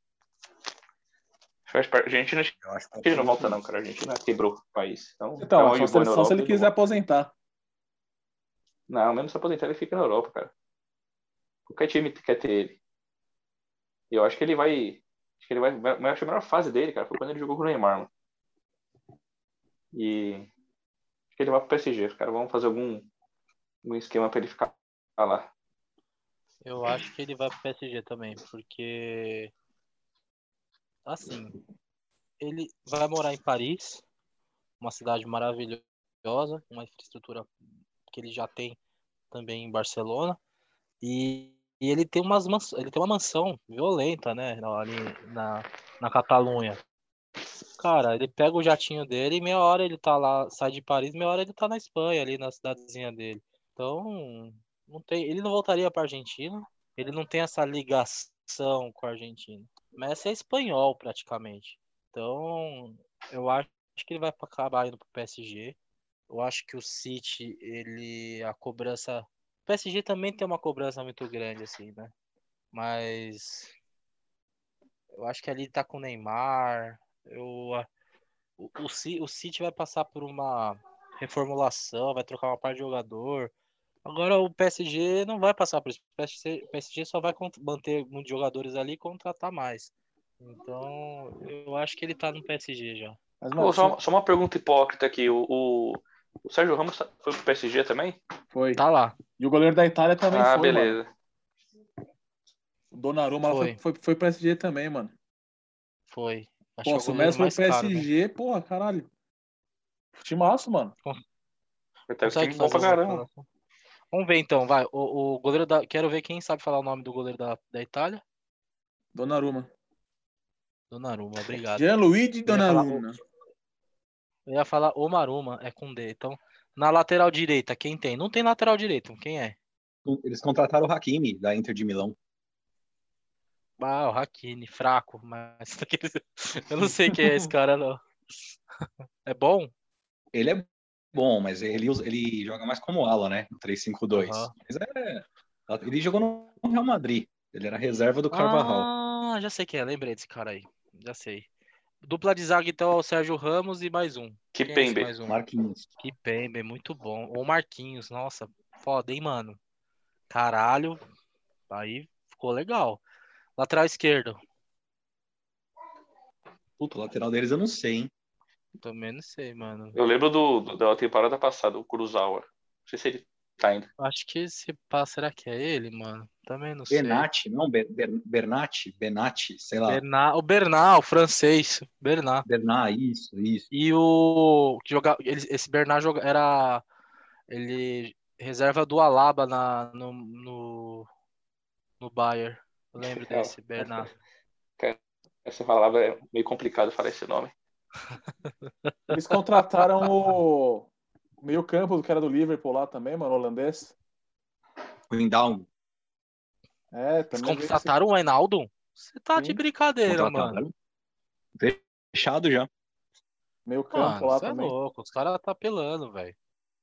Speaker 3: Faz parte. A Argentina acho
Speaker 6: Eu acho que
Speaker 3: que ele não volta, não, cara. A Argentina quebrou o país. Então, pra
Speaker 5: Então, é
Speaker 3: onde
Speaker 5: só se
Speaker 3: for
Speaker 5: ele,
Speaker 3: na
Speaker 5: só se
Speaker 3: Europa,
Speaker 5: ele
Speaker 3: ele não
Speaker 5: quiser
Speaker 3: volta.
Speaker 5: aposentar.
Speaker 3: Não, mesmo se aposentar, ele fica na Europa, cara. Qualquer time quer ter ele. E eu acho que ele vai. Acho que ele vai. vai- Acho que a melhor fase dele, cara, foi quando ele jogou com o Neymar, mano. E acho que ele vai pro P S G. Os caras vão fazer algum, algum esquema pra ele ficar lá.
Speaker 2: Eu acho que ele vai pro P S G também, porque assim, ele vai morar em Paris, uma cidade maravilhosa, uma infraestrutura que ele já tem também em Barcelona, e, e ele tem umas mans- ele tem uma mansão violenta, né, ali na, na Catalunha. Cara, ele pega o jatinho dele e meia hora ele tá lá, sai de Paris, meia hora ele tá na Espanha, ali na cidadezinha dele. Então, não tem, ele não voltaria pra Argentina, ele não tem essa ligação com a Argentina. Messi é espanhol praticamente. Então, eu acho que ele vai acabar indo pro P S G. Eu acho que o City, ele a cobrança, o P S G também tem uma cobrança muito grande assim, né? Mas eu acho que ali tá com o Neymar. Eu o, o, Ci- o City vai passar por uma reformulação, vai trocar uma parte de jogador. Agora o P S G não vai passar por isso. O P S G, o P S G só vai cont- manter muitos jogadores ali e contratar mais. Então, eu acho que ele tá no P S G já.
Speaker 5: Mas,
Speaker 3: Pô,
Speaker 5: mano,
Speaker 3: só, só uma pergunta hipócrita aqui. O, o, o Sérgio Ramos foi pro P S G também?
Speaker 5: foi.
Speaker 2: Tá lá.
Speaker 5: E o goleiro da Itália também
Speaker 3: Ah,
Speaker 5: foi, mano.
Speaker 3: beleza.
Speaker 5: O Donnarumma lá foi,
Speaker 2: Foi.
Speaker 5: foi, foi P S G também, mano.
Speaker 2: Foi. Acho
Speaker 5: Pô,
Speaker 2: que é o
Speaker 5: se o
Speaker 2: goleiro
Speaker 5: Messi foi
Speaker 2: mais caro, né?
Speaker 5: P S G, porra, caralho. Timaço, mano.
Speaker 3: Vai ter um
Speaker 2: Consegue
Speaker 3: time bom
Speaker 2: fazer
Speaker 3: pra
Speaker 2: uma
Speaker 3: caramba.
Speaker 2: comparação? Vamos ver então, vai. O, o goleiro da. Quero ver quem sabe falar o nome do goleiro da, da Itália.
Speaker 5: Donnarumma.
Speaker 2: Donnarumma, obrigado.
Speaker 5: Gianluigi
Speaker 2: Eu ia falar o,
Speaker 5: Donnarumma.
Speaker 2: eu ia falar o Maruma, é com D. Então, na lateral direita, quem tem? Não tem lateral direito, quem é?
Speaker 6: Eles contrataram o Hakimi, da Inter de Milão.
Speaker 2: Ah, o Hakimi, fraco, mas eu não sei quem é esse cara, não. É bom?
Speaker 6: Ele é bom, mas ele, usa- ele joga mais como ala, né? No três cinco dois.
Speaker 2: Aham.
Speaker 6: Mas é, ele jogou no Real Madrid. Ele era reserva do Carvajal.
Speaker 2: Ah, já sei quem é, lembrei desse cara aí. Já sei. Dupla de zaga, então, é o Sérgio Ramos e mais um.
Speaker 3: Que
Speaker 2: Quem é esse
Speaker 3: pembe.
Speaker 2: mais um?
Speaker 6: Marquinhos.
Speaker 2: Que Pembe, muito bom. Ou Marquinhos, nossa, foda, hein, mano? Caralho, aí ficou legal. Lateral esquerdo,
Speaker 6: Puta, o lateral deles eu não sei, hein?
Speaker 2: também não sei, mano.
Speaker 3: Eu lembro do, do- da temporada passada, o Kurosawa. Não sei se ele tá ainda.
Speaker 2: Acho que esse pá, será que é ele, mano? Também não sei.
Speaker 6: Benatti, não, Ber, Ber, Bernatti, Benatti, sei lá.
Speaker 2: Bernard, o Bernard, o francês, Bernard.
Speaker 6: Bernat, isso, isso.
Speaker 2: E o que joga, ele- esse Bernard joga, era ele reserva do Alaba na, no, no, no Bayern. Eu lembro desse Bernard.
Speaker 3: Cara, essa palavra é meio complicado falar esse nome.
Speaker 5: Eles contrataram o meio campo do cara do Liverpool lá também, mano, holandês.
Speaker 6: Wijnaldum.
Speaker 5: É,
Speaker 2: Eles
Speaker 5: também. veio esse-
Speaker 2: contrataram o Wijnaldum? Você tá de
Speaker 5: Sim.
Speaker 2: brincadeira, mano.
Speaker 6: Contrataram. Fechado já.
Speaker 5: Meio campo
Speaker 2: Mano,
Speaker 5: lá
Speaker 2: você é
Speaker 5: também.
Speaker 2: louco. Os caras tá apelando, velho.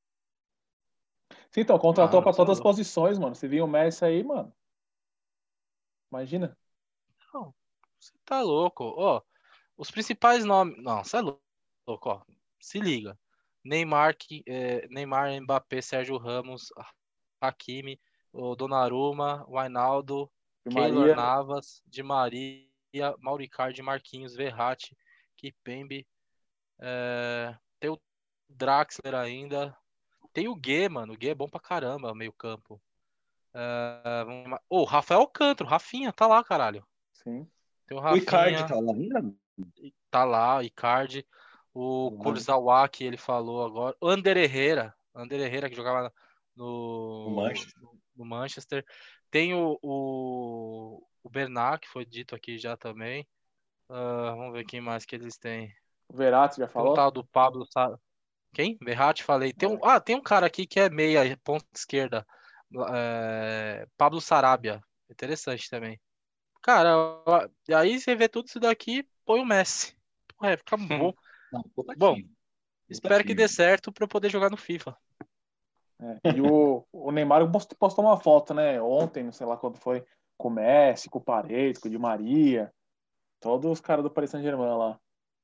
Speaker 5: Sim, então, contratou
Speaker 2: Mano,
Speaker 5: pra
Speaker 2: cê é
Speaker 5: todas as
Speaker 2: louco.
Speaker 5: posições, mano. Se vinha o Messi aí, mano. Imagina.
Speaker 2: Não, você tá louco. Ó, os principais nomes. Não, você é louco, ó. Se liga. Neymar, que, é, Neymar, Mbappé, Sérgio Ramos, Hakimi, o Donnarumma, Wijnaldum,
Speaker 5: Di
Speaker 2: Keylor
Speaker 5: Maria.
Speaker 2: Navas, Di Maria, Mauricardi, Marquinhos, Verratti, Kipembe, é, tem o Draxler ainda, tem o Gué, mano, o Gué é bom pra caramba, meio campo. É, vamos lá. Ô, Rafael Cantro, Rafinha, tá lá, caralho.
Speaker 5: Sim.
Speaker 2: Tem o
Speaker 6: O Icardi
Speaker 2: Rafinha,
Speaker 6: tá lá ainda?
Speaker 2: tá lá, Icardi, o
Speaker 6: Mano.
Speaker 2: Kurzawa, que ele falou agora, o Ander Herrera, Ander Herrera que jogava
Speaker 6: O
Speaker 2: no,
Speaker 6: Manchester.
Speaker 2: no Manchester. Tem o, o, o Bernat, que foi dito aqui já também. Ah, vamos ver quem mais que eles têm.
Speaker 5: O Verratti já
Speaker 2: Tem um
Speaker 5: falou?
Speaker 2: tal do Pablo. Sa- Quem? Verratti, falei. Tem um...
Speaker 5: É.
Speaker 2: Ah, tem um cara aqui que é meia, ponta esquerda. É, Pablo Sarabia. Interessante também. Cara, ó, e aí você vê tudo isso daqui, põe o Messi. É, fica bom.
Speaker 6: Não, puta
Speaker 2: Bom,
Speaker 6: time. Puta
Speaker 2: espero que
Speaker 6: time.
Speaker 2: dê certo pra eu poder jogar no FIFA.
Speaker 5: É. E o, o Neymar post- postou uma foto, né? Ontem, não sei lá quando foi, com o Messi, com o Paredes, com o Di Maria. Todos os caras do Paris Saint-Germain lá,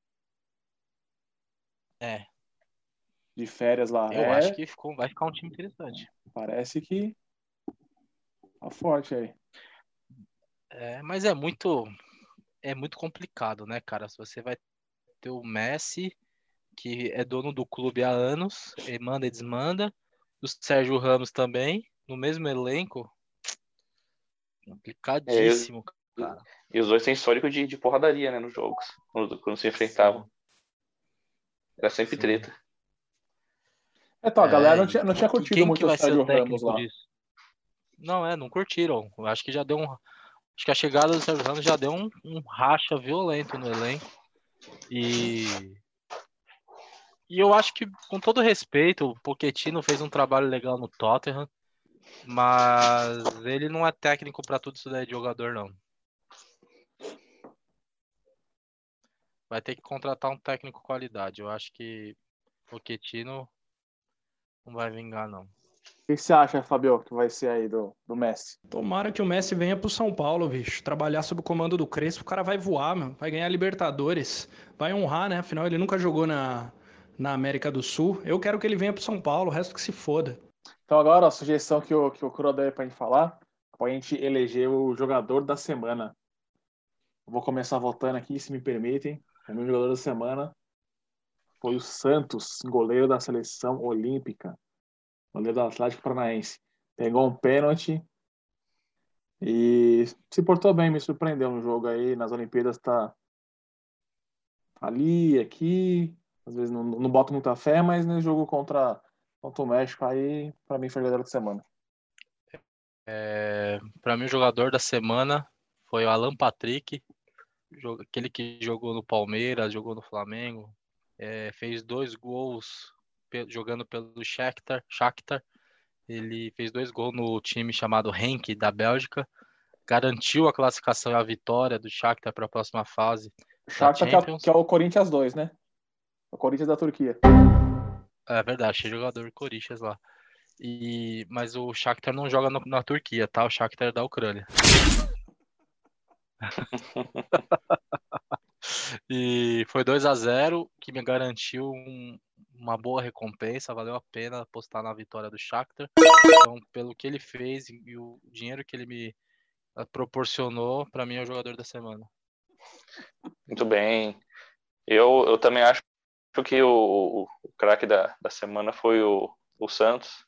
Speaker 2: É,
Speaker 5: de férias lá.
Speaker 2: eu acho
Speaker 5: É,
Speaker 2: que ficou, vai ficar um time interessante.
Speaker 5: parece que tá forte aí.
Speaker 2: É, mas é muito, é muito complicado, né, cara? Se você vai ter o Messi, que é dono do clube há anos, e manda e desmanda, o Sérgio Ramos também, no mesmo elenco,
Speaker 3: É,
Speaker 2: complicadíssimo, cara.
Speaker 3: e os dois têm histórico de, de porradaria, né, nos jogos, quando, quando se enfrentavam. Era sempre
Speaker 2: Sim.
Speaker 3: treta.
Speaker 5: Então, a
Speaker 2: É,
Speaker 5: galera não
Speaker 2: e
Speaker 5: tinha, não tinha
Speaker 2: que-
Speaker 5: curtido
Speaker 2: quem
Speaker 5: muito
Speaker 2: que
Speaker 5: o
Speaker 2: vai ser
Speaker 5: Sérgio
Speaker 2: o
Speaker 5: Ramos
Speaker 2: técnico
Speaker 5: lá.
Speaker 2: disso? Não, é, não curtiram. Eu acho que já deu um. Acho que a chegada do Sérgio Ramos já deu um, um racha violento no elenco. E. E eu acho que, com todo respeito, o Pochettino fez um trabalho legal no Tottenham, mas ele não é técnico para tudo isso daí de jogador, não. Vai ter que contratar um técnico qualidade. Eu acho que o Pochettino não vai vingar, não.
Speaker 5: O que você acha, Fabio, que vai ser aí do, do Messi?
Speaker 1: Tomara que o Messi venha pro São Paulo, bicho. Trabalhar sob o comando do Crespo, o cara vai voar, meu. Vai ganhar Libertadores. Vai honrar, né? Afinal, ele nunca jogou na, na América do Sul. Eu quero que ele venha pro São Paulo, o resto que se foda.
Speaker 5: Então agora a sugestão que o, que o Curo deu pra gente falar, pra gente eleger o jogador da semana. Eu vou começar votando aqui, se me permitem. O meu jogador da semana foi o Santos, goleiro da seleção olímpica. Goleiro do Atlético Paranaense. Pegou um pênalti e se portou bem, me surpreendeu no jogo aí. Nas Olimpíadas tá ali, aqui. Às vezes não, não boto muita fé, mas no jogo contra, contra o México aí, pra mim foi o jogador da semana.
Speaker 2: É, para mim, o jogador da semana foi o Alan Patrick, jo- aquele que jogou no Palmeiras, jogou no Flamengo, é, fez dois gols pe- jogando pelo Shakhtar, Shakhtar. Ele fez dois gols no time chamado Henk da Bélgica, garantiu a classificação e a vitória do Shakhtar para a próxima fase
Speaker 5: O
Speaker 2: da
Speaker 5: Shakhtar que é, o-
Speaker 2: Champions.
Speaker 5: que é o Corinthians dois, né? O Corinthians da Turquia.
Speaker 2: É verdade, tinha jogador Corinthians lá. E, mas o Shakhtar não joga no- na Turquia, tá? O Shakhtar é da Ucrânia. E foi dois a zero, que me garantiu um- uma boa recompensa, valeu a pena apostar na vitória do Shakhtar. Então, pelo que ele fez e e o dinheiro que ele me ah, proporcionou, para mim é o jogador da semana.
Speaker 3: Muito bem. Eu, eu também acho que o, o, o craque da, da semana foi o, o Santos.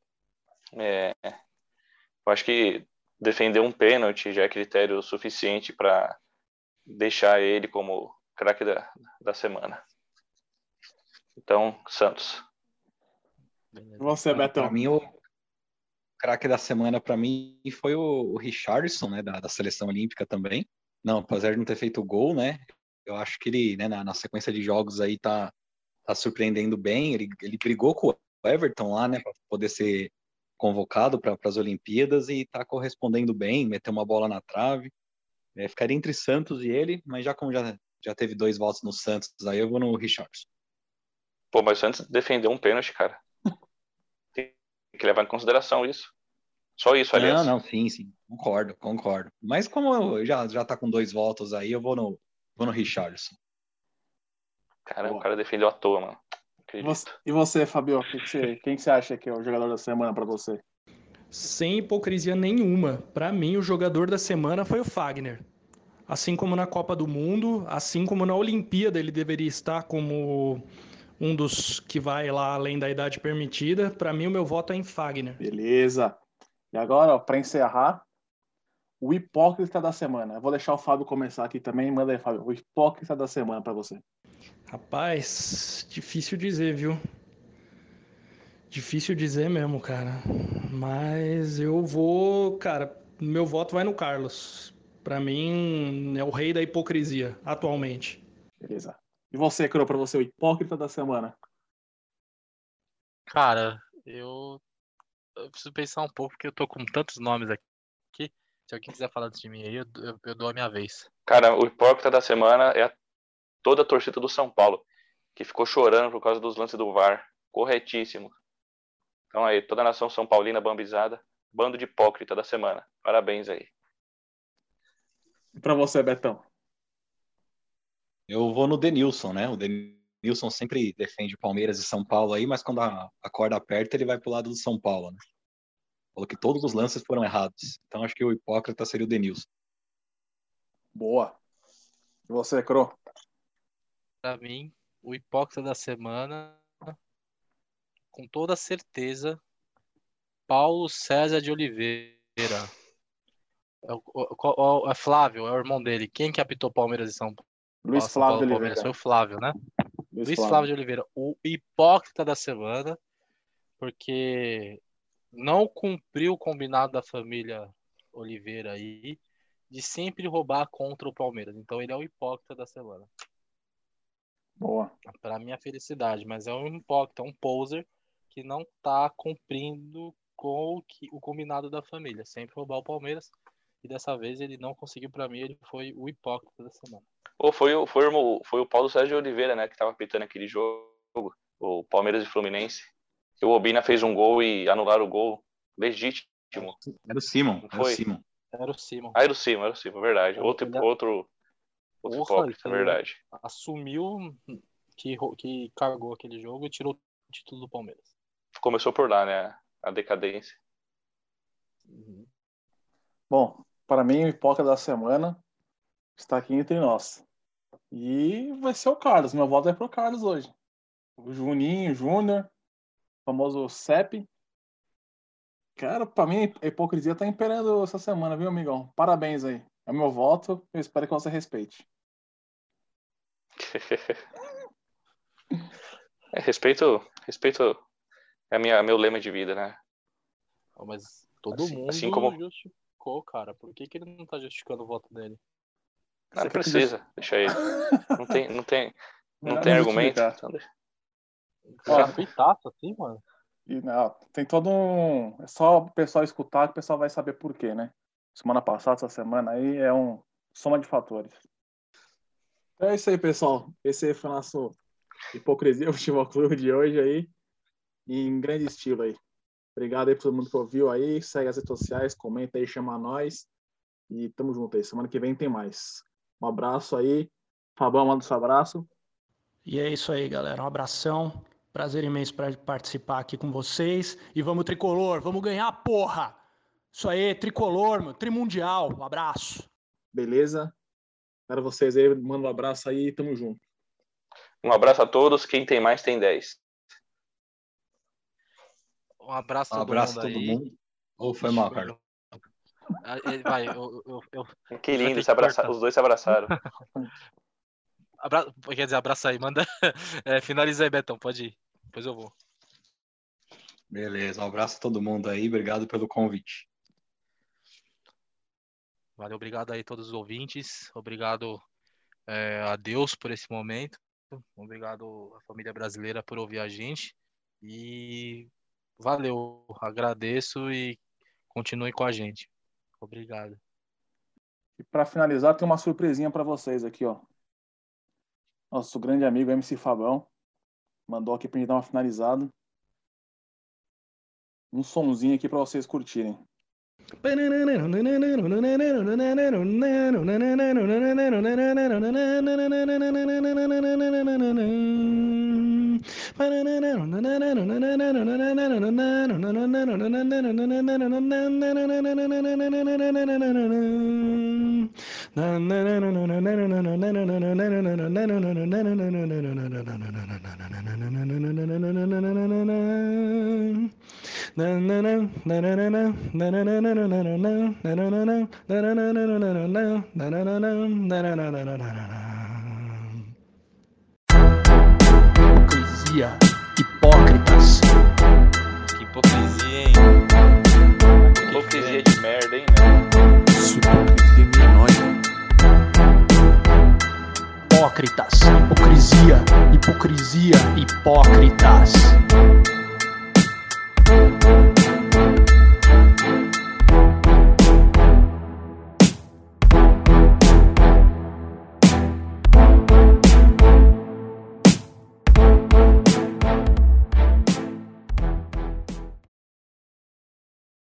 Speaker 3: É, eu acho que defender um pênalti já é critério suficiente para deixar ele como craque da, da semana. Então, Santos.
Speaker 5: E você,
Speaker 6: Para
Speaker 5: Betão?
Speaker 6: mim, o craque da semana para mim foi o, o Richarlison, né, da, da seleção olímpica também. Não, apesar de não ter feito gol, né, eu acho que ele, né, na, na sequência de jogos aí tá, tá surpreendendo bem. Ele, ele brigou com o Everton lá, né, para poder ser convocado para as Olimpíadas e tá correspondendo bem, meteu uma bola na trave. É, ficaria entre Santos e ele, mas já como já, já teve dois votos no Santos, aí eu vou no Richarlison.
Speaker 3: Pô, mas o Santos defendeu um pênalti, cara. Tem que levar em consideração isso. Só isso,
Speaker 6: Não,
Speaker 3: aliás.
Speaker 6: não, sim, sim, concordo, concordo. Mas como eu já, já tá com dois votos aí, eu vou no, vou no Richarlison.
Speaker 3: Caramba, o
Speaker 5: Boa.
Speaker 3: cara defendeu à toa, mano. Não
Speaker 5: E você,
Speaker 3: acredito.
Speaker 5: e você, Fabio? Que que você, quem que você acha que é o jogador da semana para você?
Speaker 1: Sem hipocrisia nenhuma, pra mim o jogador da semana foi o Fagner. Assim como na Copa do Mundo, assim como na Olimpíada ele deveria estar como um dos que vai lá além da idade permitida, pra mim o meu voto é em Fagner.
Speaker 5: Beleza. E agora, para encerrar, o hipócrita da semana. Eu vou deixar o Fábio começar aqui também. Manda aí, Fábio. O hipócrita da semana para você.
Speaker 1: Rapaz, difícil dizer, viu? Difícil dizer mesmo, cara. Mas eu vou, cara, meu voto vai no Carlos. Pra mim é o rei da hipocrisia atualmente.
Speaker 5: Beleza. E você, Cro, para você, o hipócrita da semana.
Speaker 2: Cara, eu, eu preciso pensar um pouco, porque eu tô com tantos nomes aqui. Se alguém quiser falar de mim aí, eu, eu, eu dou a minha vez.
Speaker 3: Cara, o hipócrita da semana é a- toda a torcida do São Paulo, que ficou chorando por causa dos lances do V A R. Corretíssimo. Então aí, toda a nação São Paulina bambizada. Bando de hipócrita da semana. Parabéns aí.
Speaker 5: E para você, Betão.
Speaker 6: Eu vou no Denilson, né? O Denilson sempre defende Palmeiras e São Paulo aí, mas quando a, a corda aperta, ele vai pro lado do São Paulo, né? Falou que todos os lances foram errados. Então acho que o hipócrita seria o Denilson.
Speaker 5: Boa. E você, Cro?
Speaker 2: Pra mim, o hipócrita da semana, com toda certeza, Paulo César de Oliveira. É, o, o, o, é Flávio, é o irmão dele. Quem que apitou Palmeiras e São Paulo?
Speaker 5: Luiz
Speaker 2: São
Speaker 5: Flávio de
Speaker 2: Paulo Palmeiras?
Speaker 5: Oliveira.
Speaker 2: Foi o Flávio, né?
Speaker 5: Luiz,
Speaker 2: Luiz
Speaker 5: Flávio.
Speaker 2: Flávio de Oliveira, o hipócrita da semana, porque não cumpriu o combinado da família Oliveira aí de sempre roubar contra o Palmeiras. Então ele é o hipócrita da semana.
Speaker 5: Boa.
Speaker 2: Para minha felicidade, mas é um hipócrita, um poser que não tá cumprindo com o, que, o combinado da família, sempre roubar o Palmeiras. E dessa vez ele não conseguiu. Para mim, ele foi o hipócrita da semana.
Speaker 3: Ou foi, o- foi, o- foi o Paulo Sérgio de Oliveira, né, que tava apitando aquele jogo. O Palmeiras e Fluminense. Que o Obina fez um gol e anularam o gol. Legítimo.
Speaker 6: Era o Simon,
Speaker 3: Não
Speaker 6: era o
Speaker 3: foi?
Speaker 6: Simon.
Speaker 2: Era o Simon.
Speaker 3: Ah, era o Simon, era o Simon, verdade.
Speaker 2: Ele-
Speaker 3: Outro,
Speaker 2: ele-
Speaker 3: outro, outro
Speaker 2: Porra,
Speaker 3: hipócrita,
Speaker 2: ele
Speaker 3: verdade.
Speaker 2: assumiu que, ro- que cargou aquele jogo e tirou o título do Palmeiras.
Speaker 3: Começou por lá, né, a decadência.
Speaker 2: Uhum.
Speaker 5: Bom, para mim, o hipócrita da semana está aqui entre nós. E vai ser o Carlos. Meu voto é pro Carlos hoje. O Juninho, Júnior, famoso C E P. Cara, pra mim, a hipocrisia tá imperando essa semana, viu, amigão? Parabéns aí. É meu voto. Eu espero que você respeite.
Speaker 3: É, respeito, respeito é minha, meu lema de vida, né?
Speaker 2: Ó, mas todo
Speaker 3: Assim,
Speaker 2: mundo
Speaker 3: assim como.
Speaker 2: justificou, cara. Por que, que ele não tá justificando o voto dele?
Speaker 3: Não,
Speaker 5: Você
Speaker 3: não
Speaker 5: quer que
Speaker 3: precisa, deixa ele. Não tem, não tem, não
Speaker 5: Melhor
Speaker 3: tem
Speaker 5: não
Speaker 3: argumento.
Speaker 5: justificar.
Speaker 3: Então deixa.
Speaker 2: Cara,
Speaker 5: Ó,
Speaker 2: tuitaço assim, mano.
Speaker 5: E, não, tem todo um. É só o pessoal escutar que o pessoal vai saber por quê, né? Semana passada, essa semana aí é um soma de fatores. Então é isso aí, pessoal. Esse aí foi o nosso Hipocrisia Futebol Clube de hoje aí, em grande estilo aí. Obrigado aí pra todo mundo que ouviu aí. Segue as redes sociais, comenta aí, chama nós. E tamo junto aí. Semana que vem tem mais. Um abraço aí. Fabão, manda o seu abraço.
Speaker 1: E é isso aí, galera. Um abração. Prazer imenso para participar aqui com vocês. E vamos, tricolor. Vamos ganhar, porra! Isso aí, tricolor, meu. Trimundial. Um abraço.
Speaker 5: Beleza? Para vocês aí, manda um abraço aí. Tamo junto.
Speaker 3: Um abraço a todos. Quem tem mais tem dez.
Speaker 2: Um abraço a
Speaker 6: Um
Speaker 2: todo
Speaker 6: abraço
Speaker 2: mundo
Speaker 6: a todo
Speaker 2: aí.
Speaker 6: mundo. Ou foi mal, Carlos?
Speaker 2: Ah, ele- Vai, eu, eu, eu-
Speaker 3: Que
Speaker 2: vai ter
Speaker 3: lindo,
Speaker 2: que
Speaker 3: se abraçar.
Speaker 2: cortar.
Speaker 3: Os dois se abraçaram.
Speaker 2: Abra... Quer dizer, abraça aí, manda. É, finaliza aí, Betão, pode ir. Depois eu vou.
Speaker 6: Beleza, um abraço a todo mundo aí. Obrigado pelo convite.
Speaker 2: Valeu, obrigado aí a todos os ouvintes. Obrigado é, a Deus por esse momento. Obrigado à família brasileira por ouvir a gente. E valeu, agradeço e continue com a gente. Obrigado.
Speaker 5: E para finalizar, tem uma surpresinha para vocês aqui, ó. Nosso grande amigo M C Fabão mandou aqui pra gente dar uma finalizada. Um sonzinho aqui para vocês curtirem.
Speaker 1: Hipocrisia, hipócritas.
Speaker 2: Que hipocrisia, hein?
Speaker 3: Hipocrisia de merda, hein, meu?
Speaker 4: Isso, hipocrisia meio nóis.
Speaker 1: Hipócritas, hipocrisia, hipocrisia, hipócritas.